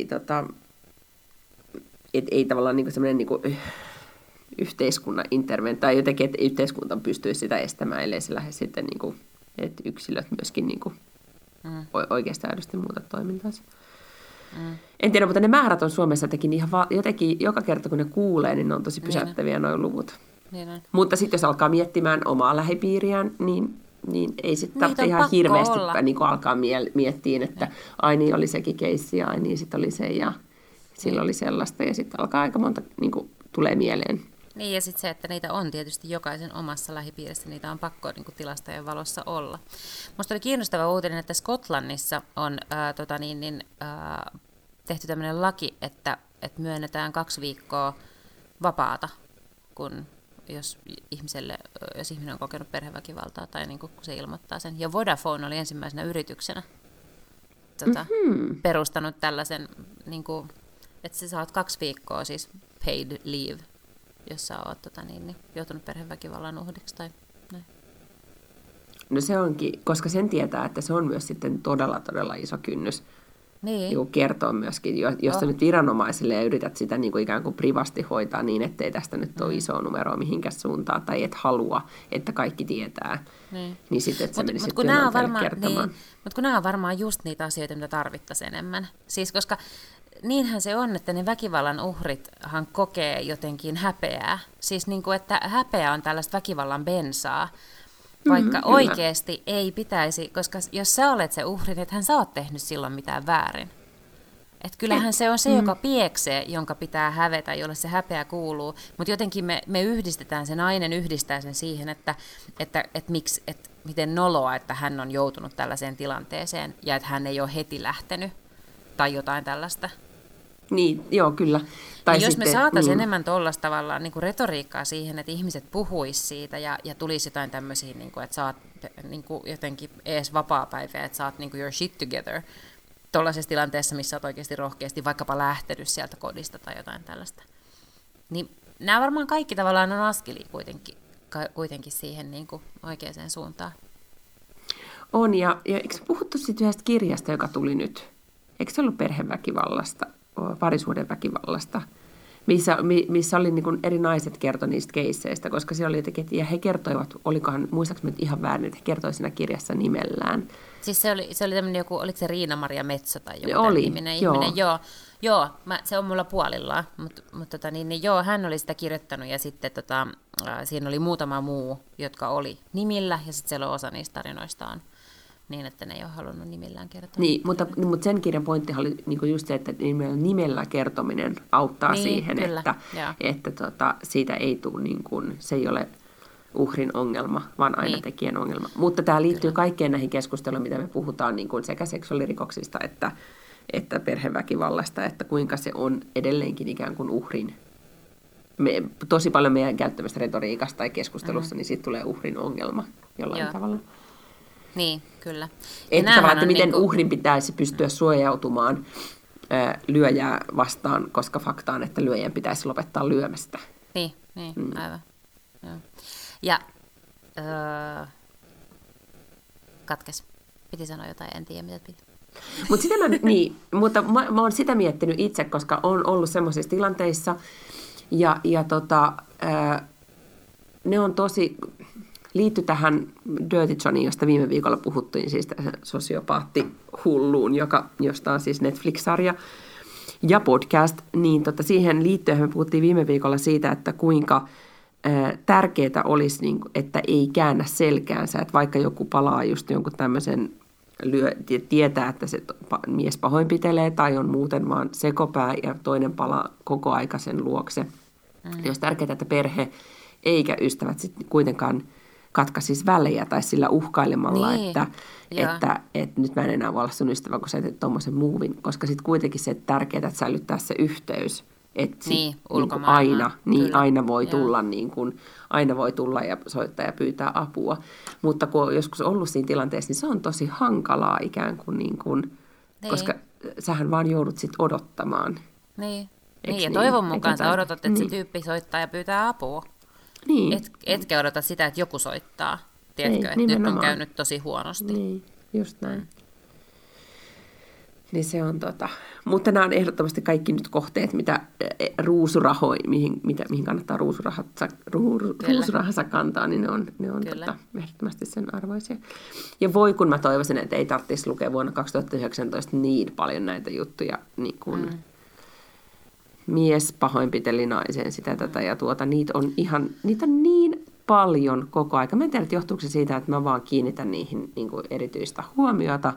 ei tavallaan niinku semmoinen niinku yhteiskunnan interventio, tai jotenkin, että yhteiskunta pystyisi sitä estämään, ellei se lähde sitten, niinku, että yksilöt myöskin niinku oikeasti aidosti muuta toimintaansa. En tiedä, mutta ne määrät on Suomessa jotenkin joka kerta, kun ne kuulee, niin ne on tosi pysäyttäviä nuo luvut. Niin. Mutta sitten jos alkaa miettimään omaa lähipiiriään, niin ei sitten tarvitse ihan hirveästi niin alkaa miettiä, että ai niin oli sekin keissi ja ai niin sitten oli se ja sillä oli sellaista. Ja sitten alkaa aika monta niin kuin, tulee mieleen. Niin ja sitten se, että niitä on tietysti jokaisen omassa lähipiirissä, niitä on pakko niin kuin tilastojen valossa olla. Musta oli kiinnostava uutinen, että Skotlannissa on tehty tämmöinen laki, että myönnetään 2 viikkoa vapaata, jos ihminen on kokenut perheväkivaltaa tai niin kuin, kun se ilmoittaa sen. Ja Vodafone oli ensimmäisenä yrityksenä perustanut tällaisen, niin kuin, että sä saat 2 viikkoa siis paid leave, jos sä oot joutunut perheväkivallan uhriksi tai näin. No se onkin, koska sen tietää, että se on myös sitten todella, todella iso kynnys. Niin kertoo myöskin, jos sä nyt viranomaisille ja yrität sitä niin kuin ikään kuin privasti hoitaa niin, ettei tästä nyt ole isoa numeroa mihinkään suuntaan, tai et halua, että kaikki tietää, niin sitten et sä menisit työnantajalle kertomaan. Mutta kun nämä on varmaan just niitä asioita, mitä tarvittaisiin enemmän. Siis koska niinhän se on, että ne väkivallan uhrithan kokee jotenkin häpeää. Siis niin kuin, että häpeä on tällaista väkivallan bensaa. Vaikka oikeasti ei pitäisi, koska jos sä olet se uhri, niin ethän sä oot tehnyt silloin mitään väärin. Että kyllähän se on se, joka pieksee, jonka pitää hävetä, jolle se häpeä kuuluu. Mutta jotenkin me yhdistetään, se nainen yhdistää sen siihen, että miten noloa, että hän on joutunut tällaiseen tilanteeseen ja että hän ei ole heti lähtenyt tai jotain tällaista. Niin, joo, kyllä. Tai jos me saataisiin enemmän tuollaista tavallaan niin kuin retoriikkaa siihen, että ihmiset puhuisi siitä ja tulisi jotain tämmöisiä, niin kuin, että saat niin kuin jotenkin ees vapaapäivää, että saat niin kuin your shit together tuollaisessa tilanteessa, missä olet oikeasti rohkeasti vaikkapa lähtenyt sieltä kodista tai jotain tällaista. Niin nämä varmaan kaikki tavallaan on askelia kuitenkin siihen niin kuin oikeaan suuntaan. On, ja eikö puhuttu sitten yhdestä kirjasta, joka tuli nyt? Eikö se ollut perheväkivallasta? Parisuhdeväkivallasta, missä oli niin kuin eri naiset kertoi niistä keisseistä, koska se oli jotenkin, ja he kertoivat, olikohan, muistaakseni nyt ihan väärin, että he kertoivat siinä kirjassa nimellään. Siis se oli tämmöinen joku, oliko se Riina-Maria Metso tai joku niminen ihminen? Joo, se on mulla puolillaan, mutta joo, hän oli sitä kirjoittanut ja sitten siinä oli muutama muu, jotka oli nimillä ja sitten siellä on osa niistä tarinoistaan. Niin, että ne ei ole halunnut nimillään kertoa. Niin, mutta sen kirjan pointti oli niinku just se, että nimellä kertominen auttaa siihen, kyllä, että siitä ei tule, niin kuin, se ei ole uhrin ongelma, vaan aina tekijän ongelma. Mutta tämä liittyy kaikkeen näihin keskusteluihin, mitä me puhutaan niin kuin sekä seksuaalirikoksista että perheväkivallasta, että kuinka se on edelleenkin ikään kuin uhrin. Tosi paljon meidän käyttämästä retoriikasta tai keskustelussa, niin siitä tulee uhrin ongelma jollain tavalla. Niin, kyllä. Että miten uhrin pitäisi pystyä suojautumaan lyöjää vastaan, koska fakta on, että lyöjän pitäisi lopettaa lyömästä. Niin, aivan. Joo. Ja katkes. Piti sanoa jotain, en tiedä mitä piti. Mutta mä oon sitä miettinyt itse, koska on ollut semmoisissa tilanteissa, ne on tosi... Liittyi tähän Dirty Johniin, josta viime viikolla puhuttiin, siis sosiopaattihulluun, josta on siis Netflix-sarja ja podcast. Niin siihen liittyen me puhuttiin viime viikolla siitä, että kuinka tärkeää olisi, että ei käännä selkäänsä. Että vaikka joku palaa just jonkun tämmöisen tietää, että se mies pahoinpitelee tai on muuten vaan sekopää ja toinen palaa koko aika sen luokse. Niin olisi tärkeää, että perhe eikä ystävät sitten kuitenkaan katkaisisi välejä tai sillä uhkailemalla, Niin, että nyt mä en enää voi olla sun ystävä, kun sä teet tommosen muuvin. Koska sitten kuitenkin se tärkeää, että säilyttää se yhteys. Että Niin, aina voi tulla aina voi tulla ja soittaa ja pyytää apua. Mutta kun on joskus ollut siinä tilanteessa, niin se on tosi hankalaa ikään kuin koska sähän vaan joudut sit odottamaan. Niin, ja toivon mukaan sä odotat, että se tyyppi soittaa ja pyytää apua. Niin. Etkä odota sitä, että joku soittaa. Tiedätkö, että nyt on käynyt tosi huonosti. Niin, just näin. Niin se on Mutta nämä on ehdottomasti kaikki nyt kohteet, mitä mihin kannattaa ruusurahansa kantaa, niin ne on ehdottomasti sen arvoisia. Ja voi kun mä toivoisin, että ei tarvitsisi lukea vuonna 2019 niin paljon näitä juttuja, niin kuin mies pahoinpiteli naisen sitä tätä ja niitä on niin paljon koko aika. Mä en tiedä, että johtuuko se siitä, että mä vaan kiinnitän niihin niin kuin erityistä huomiota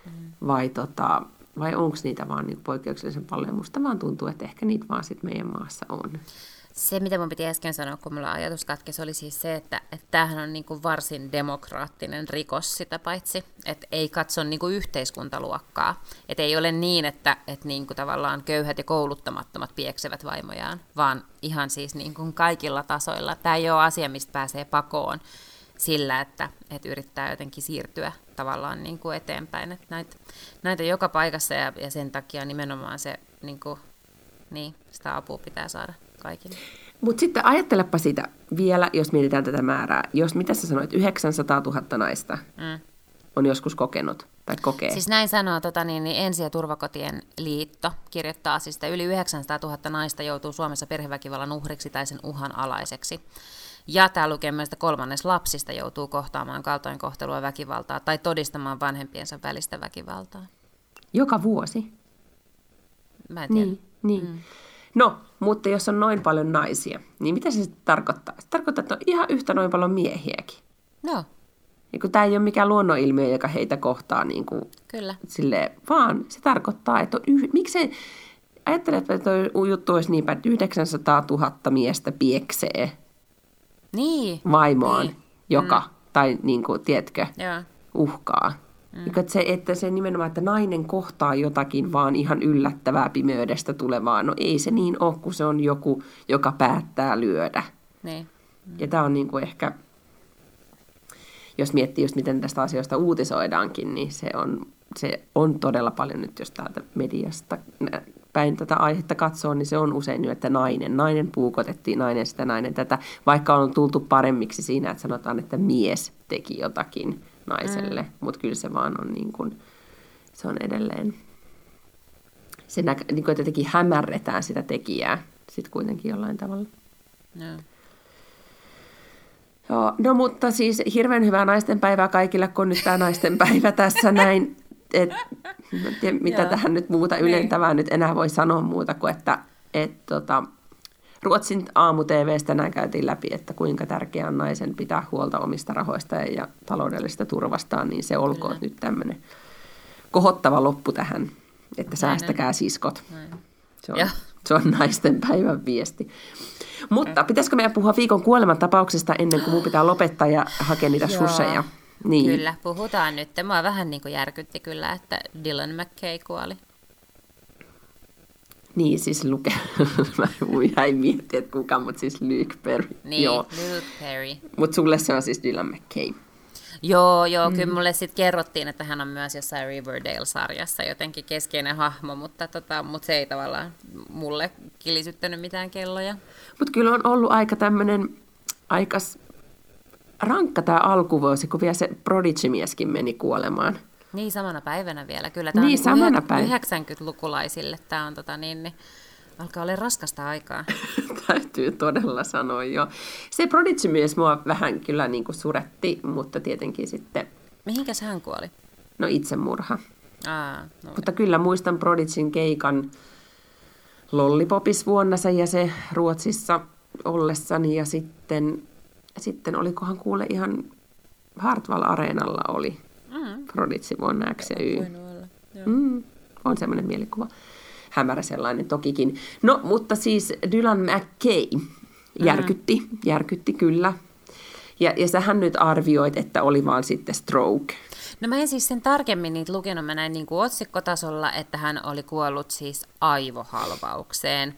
vai onko niitä vaan niin poikkeuksellisen paljon. Musta vaan tuntuu, että ehkä niitä vaan sit meidän maassa on. Se, mitä mun piti äsken sanoa, kun mulla ajatus katkesi, oli siis se, että tämähän on niin kuin varsin demokraattinen rikos sitä paitsi, että ei katso niin kuin yhteiskuntaluokkaa. Että ei ole niin, että niin kuin tavallaan köyhät ja kouluttamattomat pieksevät vaimojaan, vaan ihan siis niin kuin kaikilla tasoilla. Tämä ei ole asia, mistä pääsee pakoon sillä, että yrittää jotenkin siirtyä tavallaan niin kuin eteenpäin. Että näitä joka paikassa ja sen takia nimenomaan se, sitä apua pitää saada kaikille. Mutta sitten ajattelepa sitä vielä, jos mietitään tätä määrää. Mitä sä sanoit, 900 000 naista on joskus kokenut tai kokee. Siis näin sanoo Ensi- ja turvakotien liitto, kirjoittaa siis, että yli 900 000 naista joutuu Suomessa perheväkivallan uhriksi tai sen uhan alaiseksi. Ja tämä lukee myös, että 1/3 lapsista joutuu kohtaamaan kaltoinkohtelua, väkivaltaa tai todistamaan vanhempiensa välistä väkivaltaa. Joka vuosi? Mä en tiedä. Niin. No, mutta jos on noin paljon naisia, niin mitä se sitten tarkoittaa? Se tarkoittaa, että on ihan yhtä noin paljon miehiäkin. No. Tämä ei ole mikään luonnonilmiö, joka heitä kohtaa Kyllä. Silleen, vaan se tarkoittaa, että miksei ajattelet, että tuo juttu olisi niin päin, että 900 000 miestä pieksee vaimoaan, joka, tai tiedätkö, uhkaa. Että se nimenomaan, että nainen kohtaa jotakin vaan ihan yllättävää pimeydestä tulevaa. No ei se niin ole, kun se on joku, joka päättää lyödä. Niin. Ja tämä on ehkä, jos miettii just miten tästä asioista uutisoidaankin, niin se on todella paljon nyt, jos täältä mediasta päin tätä aihetta katsoo, niin se on usein nyt, että nainen puukotettiin, nainen sitä, nainen tätä, vaikka on tultu paremmiksi siinä, että sanotaan, että mies teki jotakin naiselle, mutta kyllä se vaan on se on edelleen, että jotenkin hämärretään sitä tekijää sitten kuitenkin jollain tavalla. Joo, no mutta siis hirveän hyvää naistenpäivää kaikille, kun nyt tämä naistenpäivä tässä näin. En tiedä, mitä tähän nyt muuta ylentävää nyt enää voi sanoa muuta kuin, että Ruotsin aamu-tv:stä tänään käytiin läpi, että kuinka tärkeää on naisen pitää huolta omista rahoista ja taloudellisesta turvastaan, niin se olkoon nyt tämmöinen kohottava loppu tähän, että säästäkää siskot. Se on naistenpäivän viesti. Mutta pitäisikö meidän puhua viikon kuolemantapauksista ennen kuin mun pitää lopettaa ja hakea niitä shusseja? Niin. Kyllä, puhutaan nyt. Mua vähän järkytti kyllä, että Dylan McKay kuoli. Niin, siis mä jäin miettiä, että kuka, mutta siis Luke Perry. Niin, joo. Luke Perry. Mutta sulle se on siis Dylan McKay. Joo, kyllä mulle sitten kerrottiin, että hän on myös jossain Riverdale-sarjassa jotenkin keskeinen hahmo, mutta se ei tavallaan mulle kilisyttänyt mitään kelloja. Mutta kyllä on ollut aika tämmöinen aika rankka tämä alkuvuosi, kun vielä se Prodigy-mieskin meni kuolemaan. Niin, samana päivänä vielä. Kyllä tämä niin, on 90-lukulaisille. Tämä on alkaa olla raskasta aikaa. Täytyy todella sanoa jo. Se Prodigy-mies mua vähän kyllä suretti, mutta tietenkin sitten... Mihinkäs hän kuoli? No itsemurha. No. Mutta kyllä muistan Prodigyn keikan Lollipopis-vuonna ja se Ruotsissa ollessani ja sitten olikohan kuule ihan Hartwall-areenalla oli Roditsi vuonna X ja Y. On semmoinen mielikuva. Hämärä sellainen tokikin. No, mutta siis Dylan McKay järkytti kyllä. Ja sähän nyt arvioit, että oli vaan sitten stroke. No mä en siis sen tarkemmin niitä lukenut, mä näin niin kuin otsikkotasolla, että hän oli kuollut siis aivohalvaukseen.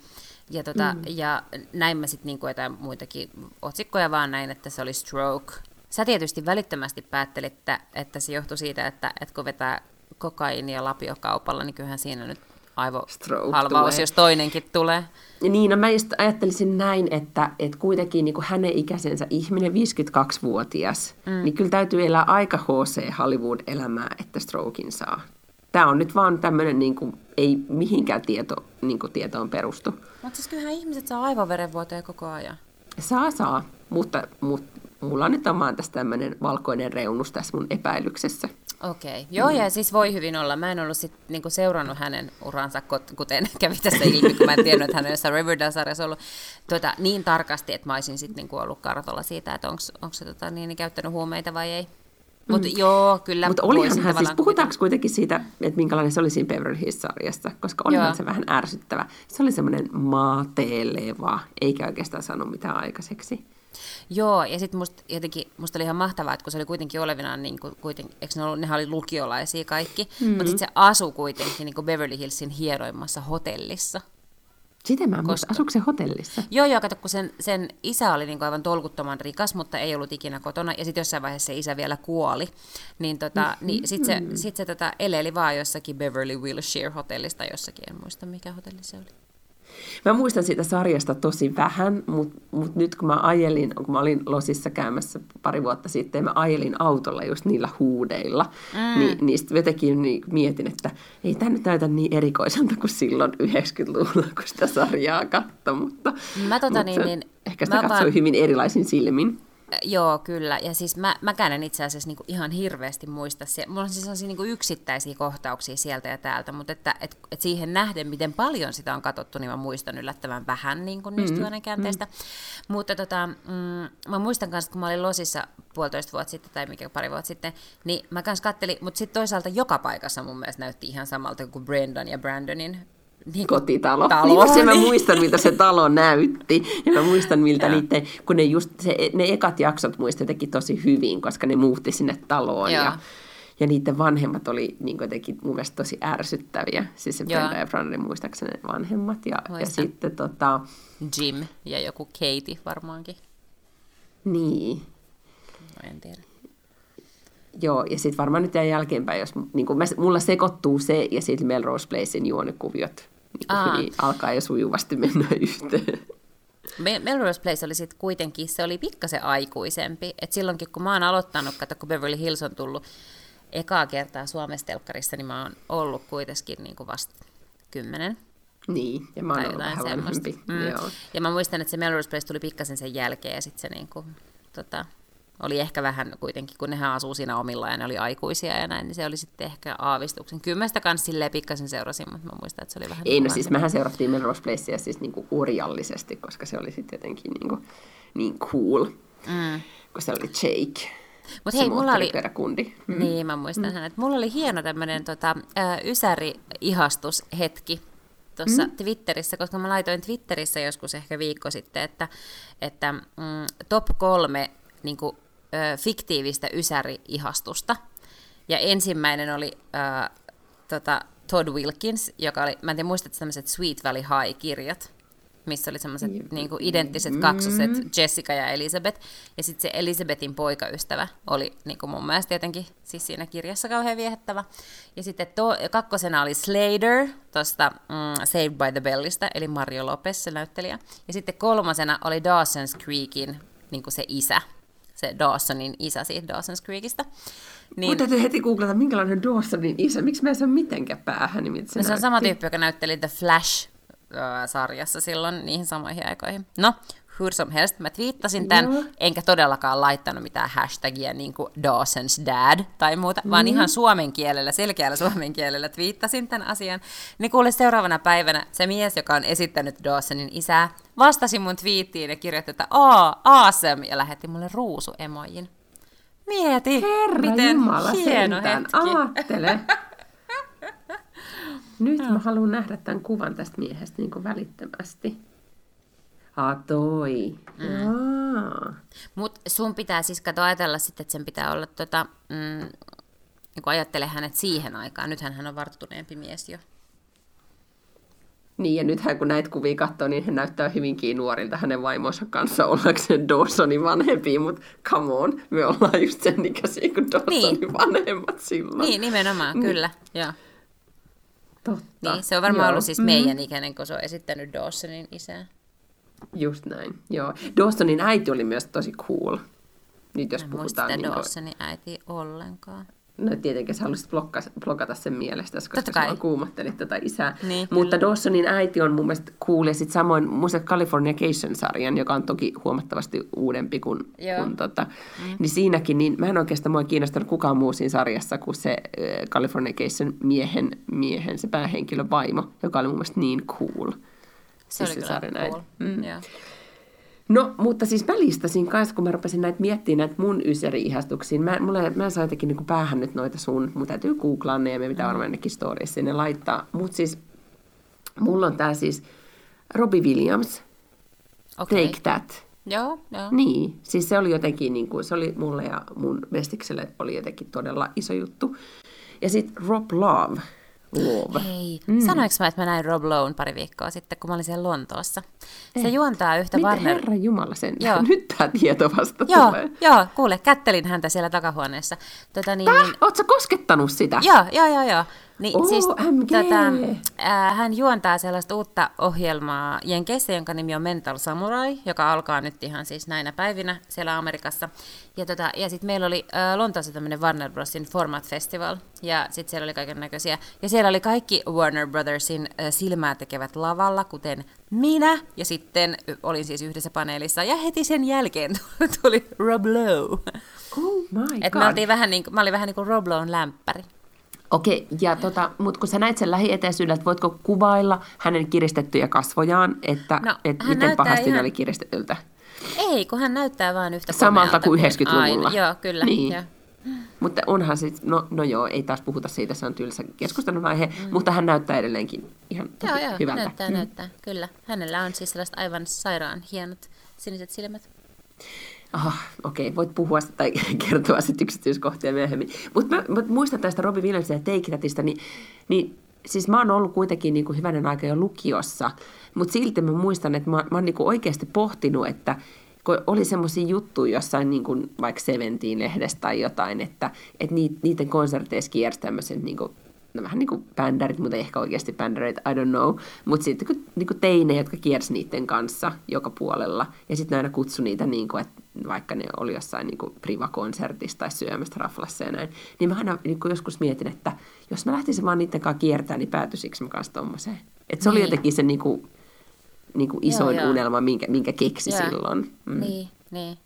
Ja näin mä sitten niin jotain muitakin otsikkoja vaan näin, että se oli stroke. Sä tietysti välittömästi päättelit, että se johtui siitä, että kun vetää kokaiinia lapiokaupalla, niin kyllähän siinä nyt aivohalvaus, jos toinenkin tulee. Niin, no mä just ajattelisin näin, että kuitenkin niin kuin hänen ikäisensä ihminen, 52-vuotias, niin kyllä täytyy elää aika HC Hollywood-elämää, että strokein saa. Tämä on nyt vaan tämmöinen, niin kuin, ei mihinkään tietoon perustu. Mutta siis kyllähän ihmiset saa aivoverenvuotoja koko ajan. Saa, mutta mulla nyt on vaan tässä tämmöinen valkoinen reunus tässä mun epäilyksessä. Okei. Joo, ja siis voi hyvin olla. Mä en ollut niinku seurannut hänen uransa, kuten kävi tässä ilmi, kun mä en tiennyt, että hän on jossain Riverdale-sarjassa ollut niin tarkasti, että mä olisin sitten niinku ollut kartolla siitä, että onko se käyttänyt huumeita vai ei. Mutta joo, kyllä. Mutta olihan hän siis, puhutaanko kuitenkin siitä, että minkälainen se oli siinä Beverly Hills-sarjassa, koska olihan se vähän ärsyttävä. Se oli semmoinen maateleva, eikä oikeastaan saanut mitään aikaiseksi. Joo, ja sitten musta oli ihan mahtavaa, että kun se oli kuitenkin olevinaan, niin nehän oli lukiolaisia kaikki, mutta sitten se asui kuitenkin niin Beverly Hillsin hienoimmassa hotellissa. Sitä mä en muista. Asuuko se hotellissa? Joo, kato, kun sen isä oli niin aivan tolkuttoman rikas, mutta ei ollut ikinä kotona, ja sitten jossain vaiheessa se isä vielä kuoli, niin sitten se eleili vaan jossakin Beverly Wilshire-hotellista jossakin, en muista mikä hotelli se oli. Mä muistan siitä sarjasta tosi vähän, mutta nyt kun mä olin Losissa käymässä pari vuotta sitten, ja mä ajelin autolla just niillä huudeilla, niin sitten jotenkin mietin, että ei tämä nyt näytä niin erikoiselta kuin silloin 90-luvulla, kun sitä sarjaa katsoi, mutta ehkä sitä katsoi hyvin erilaisin silmin. Joo, kyllä. Ja siis mäkään en itse asiassa niinku ihan hirveästi muista. Mulla on siis sellaisia niinku yksittäisiä kohtauksia sieltä ja täältä, mutta että siihen nähden, miten paljon sitä on katsottu, niin mä muistan yllättävän vähän niinku niistä juonenkäänteistä. Mutta mä muistan myös, kun mä olin Losissa 1,5 vuotta sitten, tai pari vuotta sitten, niin mä kans kattelin, mutta sitten toisaalta joka paikassa mun mielestä näytti ihan samalta kuin Brendan ja Brandonin kotitalo. Niin, mä muistan, miltä se talo näytti. Ja mä muistan, miltä niiden, kun ne ekat jaksot muistin jotenkin tosi hyvin, koska ne muutti sinne taloon. Ja niiden vanhemmat oli niin jotenkin mun mielestä tosi ärsyttäviä. Siis se Brenda ja Brandon muistaakseni vanhemmat. Ja sitten Jim ja joku Katie varmaankin. Niin. No en tiedä. Joo, ja sitten varmaan nyt jälkeenpäin, jos niin mulla sekoittuu se ja sitten Melrose Placen juonekuviot hyvin alkaa jo sujuvasti mennä yhteen. Melrose Place oli sitten kuitenkin, se oli pikkasen aikuisempi. Et silloinkin, kun mä oon aloittanut, kun Beverly Hills on tullut ekaa kertaa Suomessa telkkarissa, niin mä oon ollut kuitenkin niin kuin vasta 10. Niin, ja mä oon ollut vähän vanhempi. Ja mä muistan, että se Melrose Place tuli pikkasen sen jälkeen, ja sitten se niin kuin, oli ehkä vähän kuitenkin, kun nehän asuu siinä omillaan ja ne oli aikuisia ja näin, niin se oli sitten ehkä aavistuksen. Kyllä mä sitä kanssa silleen pikkasen seurasin, mutta mä muistan, että se oli vähän... Ei, no siis mehän seurattiin Melrose Placea siis niinku urjallisesti, koska se oli sitten jotenkin niinku, niin cool, kun se oli Jake. Mutta hei, mulla oli... Niin, mä muistan hänet. Mulla oli hieno tämmöinen ysäri-ihastushetki tuossa Twitterissä, koska mä laitoin Twitterissä joskus ehkä viikko sitten, että top 3 niinku, fiktiivistä ysäri-ihastusta. Ja ensimmäinen oli Todd Wilkins, joka oli, mä en tiedä muistatko tämmöiset Sweet Valley High-kirjat, missä oli semmoiset niinku identtiset kaksoset, Jessica ja Elizabeth. Ja sitten se Elizabethin poikaystävä oli niinku mun mielestä jotenkin siis siinä kirjassa kauhean viehättävä. Ja sitten kakkosena oli Slater tuosta Saved by the Bellistä, eli Mario Lopez, se näyttelijä. Ja sitten kolmosena oli Dawson's Creekin niinku se isä. Se Dawsonin isä siitä Dawson's Creekistä. Niin, mutta täytyy heti googlata, minkälainen Dawsonin isä. Miksi mä en saa mitenkään päähän? Niin se on sama tyyppi, joka näytteli The Flash-sarjassa silloin niihin samoihin aikoihin. No, hur som helst, mä twiittasin tämän, enkä todellakaan laittanut mitään hashtagia niin kuin Dawson's Dad tai muuta, vaan ihan suomen kielellä, selkeällä suomen kielellä twiittasin tämän asian. Niin kuule seuraavana päivänä se mies, joka on esittänyt Dawsonin isää, vastasi mun twiittiin ja kirjoitti, että awesome, ja lähetti mulle ruusuemojin. Mieti, Herra miten Jumala hieno sentään. hetki. Aattele. Nyt mä haluan nähdä tämän kuvan tästä miehestä niin kuin välittömästi. Toi. Mut sun pitää siis ajatella sitten, että sen pitää olla, niin ajattele hänet siihen aikaan. Nythän hän on varttuneempi mies jo. Niin, ja nythän kun näitä kuvia katsoo, niin he näyttää hyvinkin nuorilta hänen vaimonsa kanssa ollakseen Dawsonin vanhempia, mutta come on, me ollaan just sen ikäisiä kuin Dawsonin vanhemmat silloin. Niin, nimenomaan, kyllä, joo. Totta. Niin, se on varmaan ollut siis meidän ikäinen, kun se on esittänyt Dawsonin isää. Just näin, joo. Dawsonin äiti oli myös tosi cool. Nyt jos puhutaan niin Dawsonin äiti ollenkaan. No tietenkin sä haluaisit blokata sen mielestä, koska sä kuumottelit tätä isää. Niin, mutta kyllä. Dawsonin äiti on mun mielestä cool, ja sitten samoin muistat Californication-sarjan, joka on toki huomattavasti uudempi kuin niin siinäkin, niin mä en oikeastaan mua kiinnostanut kukaan muu siinä sarjassa kuin se Californication miehen se päähenkilön vaimo, joka oli mun mielestä niin cool. Se oli kyllä cool, joo. No, mutta siis mä listasin kanssa, kun mä rupesin näitä miettimään näitä mun ysäri-ihastuksiin. Mä en saa jotenkin niin päähän nyt noita mun täytyy googlaa ne ja me pitää varmaan nekin stories sinne laittaa. Mutta siis, mulla on tää siis Robbie Williams, Take That. Joo. Niin, siis se oli jotenkin, niin kuin, se oli mulle ja mun vestikselle oli jotenkin todella iso juttu. Ja sitten Rob Love. Hei, sanoinko mä, että mä näin Rob Lowen pari viikkoa sitten, kun mä olin siellä Lontoossa. Se juontaa yhtä Warner... Herra Jumala sen, nyt tää tieto vasta tulee. Joo, kuule, kättelin häntä siellä takahuoneessa. Oot sä koskettanut sitä? Joo. Niin, siis, MG. Hän juontaa sellaista uutta ohjelmaa Jenkeissä, jonka nimi on Mental Samurai, joka alkaa nyt ihan siis näinä päivinä siellä Amerikassa. Ja sitten meillä oli Lontoossa tämmöinen Warner Brosin Format Festival, ja sitten siellä oli kaiken näköisiä. Ja siellä oli kaikki Warner Brothersin silmää tekevät lavalla, kuten minä, ja sitten olin siis yhdessä paneelissa, ja heti sen jälkeen tuli Rob Lowe. Oh my god. Mä olin vähän niin kuin Rob Lowen lämpäri. Okei, ja mutta kun sä näit sen lähietäisyydellä, että voitko kuvailla hänen kiristettyjä kasvojaan, että miten pahasti ne oli kiristetyltä? Ei, kun hän näyttää vaan yhtä samalta kuin 90-luvulla. Joo, kyllä. Niin. Jo. Mutta onhan siis, no joo, ei taas puhuta siitä, se on tylsä keskustelun aihe, mutta hän näyttää edelleenkin ihan hyvältä. Näyttää, kyllä. Hänellä on siis sellaiset aivan sairaan hienot siniset silmät. Okei, voit puhua tai kertoa sitten yksityiskohtia myöhemmin. Mutta mä muistan tästä Robbie Williamsin ja Take Thatista, niin siis mä oon ollut kuitenkin niin kuin hyvänen aika jo lukiossa, mutta silti mä muistan, että mä oon niin kuin oikeasti pohtinut, että kun oli semmoisia juttuja jossain niin kuin vaikka Seventeen-lehdessä tai jotain, että niiden konserteissa kiersi tämmöiset niin kuin, vähän niin kuin bändärit, mutta ei ehkä oikeasti bändärit, I don't know. Mutta sitten niin kuin teinejä, jotka kiersi niiden kanssa joka puolella. Ja sitten aina kutsui niitä, niin kuin, että vaikka ne oli jossain niin kuin privakonsertissa tai syömässä raflassa ja näin. Niin mä aina niin kuin joskus mietin, että jos mä lähtisin vaan niiden kanssa kiertämään, niin päätyisikö mä kanssa tommoseen. Että se oli jotenkin se niin kuin isoin unelma, minkä keksi silloin. Niin.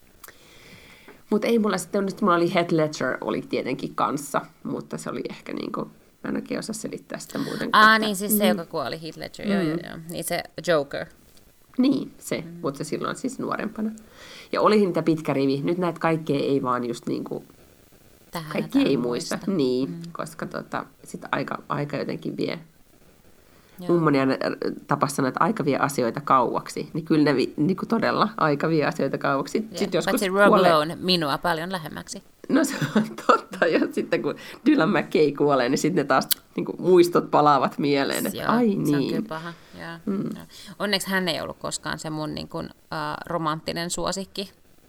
Mutta ei mulla sitten onnistu, mulla oli Heath Ledger oli tietenkin kanssa, mutta se oli ehkä niinku, mä en oikein osaa selittää sitä muutenkaan. Niin siis se, joka kuoli, Heath Ledger, joo. Niin se Joker. Niin, se, mutta se silloin siis nuorempana. Ja oli niitä pitkä rivi, nyt näitä kaikkea ei vaan just niinku, kaikki ei muista. Niin, koska sit aika jotenkin vie. Mummoni tapasi sanoa, että aika vie asioita kauaksi. Niin kyllä ne niin todella aika vie asioita kauaksi. Paitsi Rob Lowe minua paljon lähemmäksi. No se on totta. Ja sitten kun Dylan McKay kuolee, niin sitten ne taas niin kuin, muistot palaavat mieleen. Että, ai niin. Se on kyllä paha. Onneksi hän ei ollut koskaan se mun niin kuin, romanttinen suosikki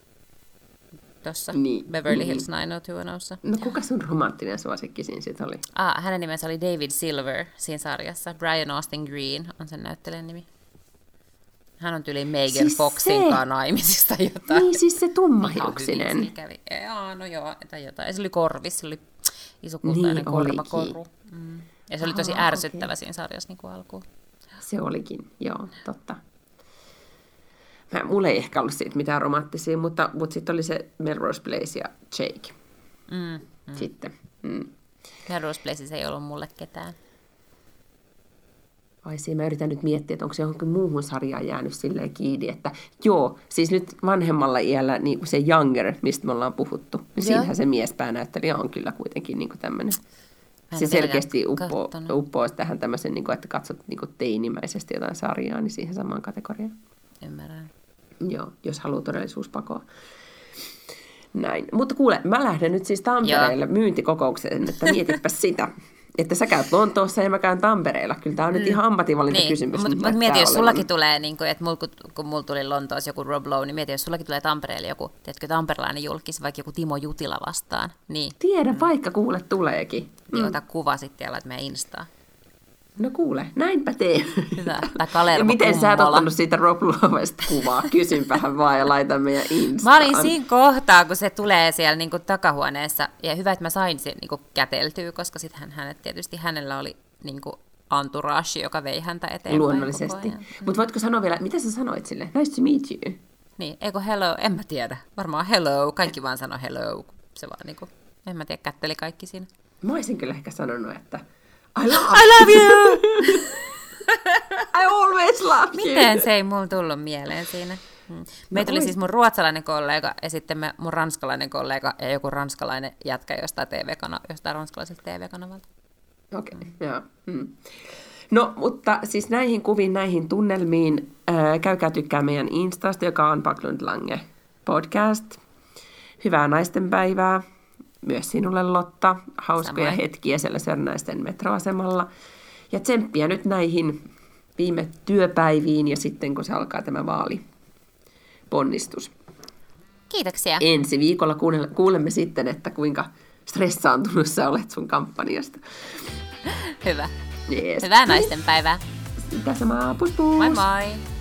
tuossa Beverly Hills 90210. No kuka sun romanttinen suosikki siinä sitten oli? Hänen nimensä oli David Silver siinä sarjassa. Brian Austin Green on sen näyttelijän nimi. Hän on tyyliin Megan siis Foxin kanssa naimisista jotain. Niin, siis se tummahiuksinen. No joo, tai jotain. Se oli korvis, se oli iso kultainen korvakoru. Ja se oli tosi ärsyttävä siinä sarjassa niin kuin alkuun. Se olikin, joo, totta. Mulla ei ehkä ollut siitä mitään romanttisia, mutta sitten oli se Melrose Place ja Jake. Sitten. Melrose Placeissa ei ollut mulle ketään. Ai siinä mä yritän nyt miettiä, että onko se johonkin muuhun sarjaan jäänyt silleen kiinni, että joo, siis nyt vanhemmalla iällä niin kuin se Younger, mistä me ollaan puhuttu, niin siinähän se miespäänäyttelijä on kyllä kuitenkin niin kuin tämmöinen. Se selkeästi uppoaa tähän tämmöisen, niin kuin, että katsot niin kuin teinimäisesti jotain sarjaa, niin siihen samaan kategoriaan. Ymmärrän. Joo, jos haluaa todellisuuspakoa. Näin. Mutta kuule, mä lähden nyt siis Tampereelle myyntikokoukseen, että mietipä sitä. Että sä käyt Lontoossa ja mä käyn Tampereella. Kyllä tää on nyt ihan ammatinvalintakysymys. Niin, mutta mieti, jos sullakin tulee, niin kuin, että kun mulla tuli Lontoossa joku Rob Lowe, niin mieti, jos sullakin tulee Tampereelle joku, tiedätkö, tamperelainen julkis, vaikka joku Timo Jutila vastaan. Niin. Tiedä, vaikka kuule tuleekin. Niin ota kuva sitten ja lait meidän Instaan. No kuule, näinpä tee. Hyvä. Tai Kalervo ja miten sä et Kummola. ottanut siitä Rob Lowesta kuvaa? Kysynpähän vaan ja laita meidän Instaan. Mä olin siinä kohtaa, kun se tulee siellä niin kuin takahuoneessa. Ja hyvä, että mä sain sen niin kuin käteltyä, koska sitten hänellä oli niin kuin entourage, joka vei häntä eteenpäin. Luonnollisesti. Mutta voitko sanoa vielä, mitä sä sanoit sille? Nice to meet you. Niin, eikö hello? En mä tiedä. Varmaan hello. Kaikki vaan sanoo hello. Se vaan niin kuin, en mä tiedä, kätteli kaikki siinä. Mä olisin kyllä ehkä sanonut, että I love you! I always love you! Miten se ei mulla tullut mieleen siinä? Meitä oli siis mun ruotsalainen kollega ja sitten mun ranskalainen kollega ja joku ranskalainen jätkä jostain ranskalaiselta TV-kanavalta. Okei, joo. No, mutta siis näihin kuviin, näihin tunnelmiin käykää tykkää meidän Instasta, joka on Backlund Lange podcast. Hyvää naistenpäivää. Myös sinulle, Lotta. Hauskoja hetkiä siellä Sörnäisten metroasemalla. Ja tsemppiä nyt näihin viime työpäiviin ja sitten, kun se alkaa tämä vaaliponnistus. Kiitoksia. Ensi viikolla kuulemme sitten, että kuinka stressaantunut sä olet sun kampanjasta. Hyvä. Yes. Hyvää naistenpäivää. Sitä samaa. Pus pus. Moi moi.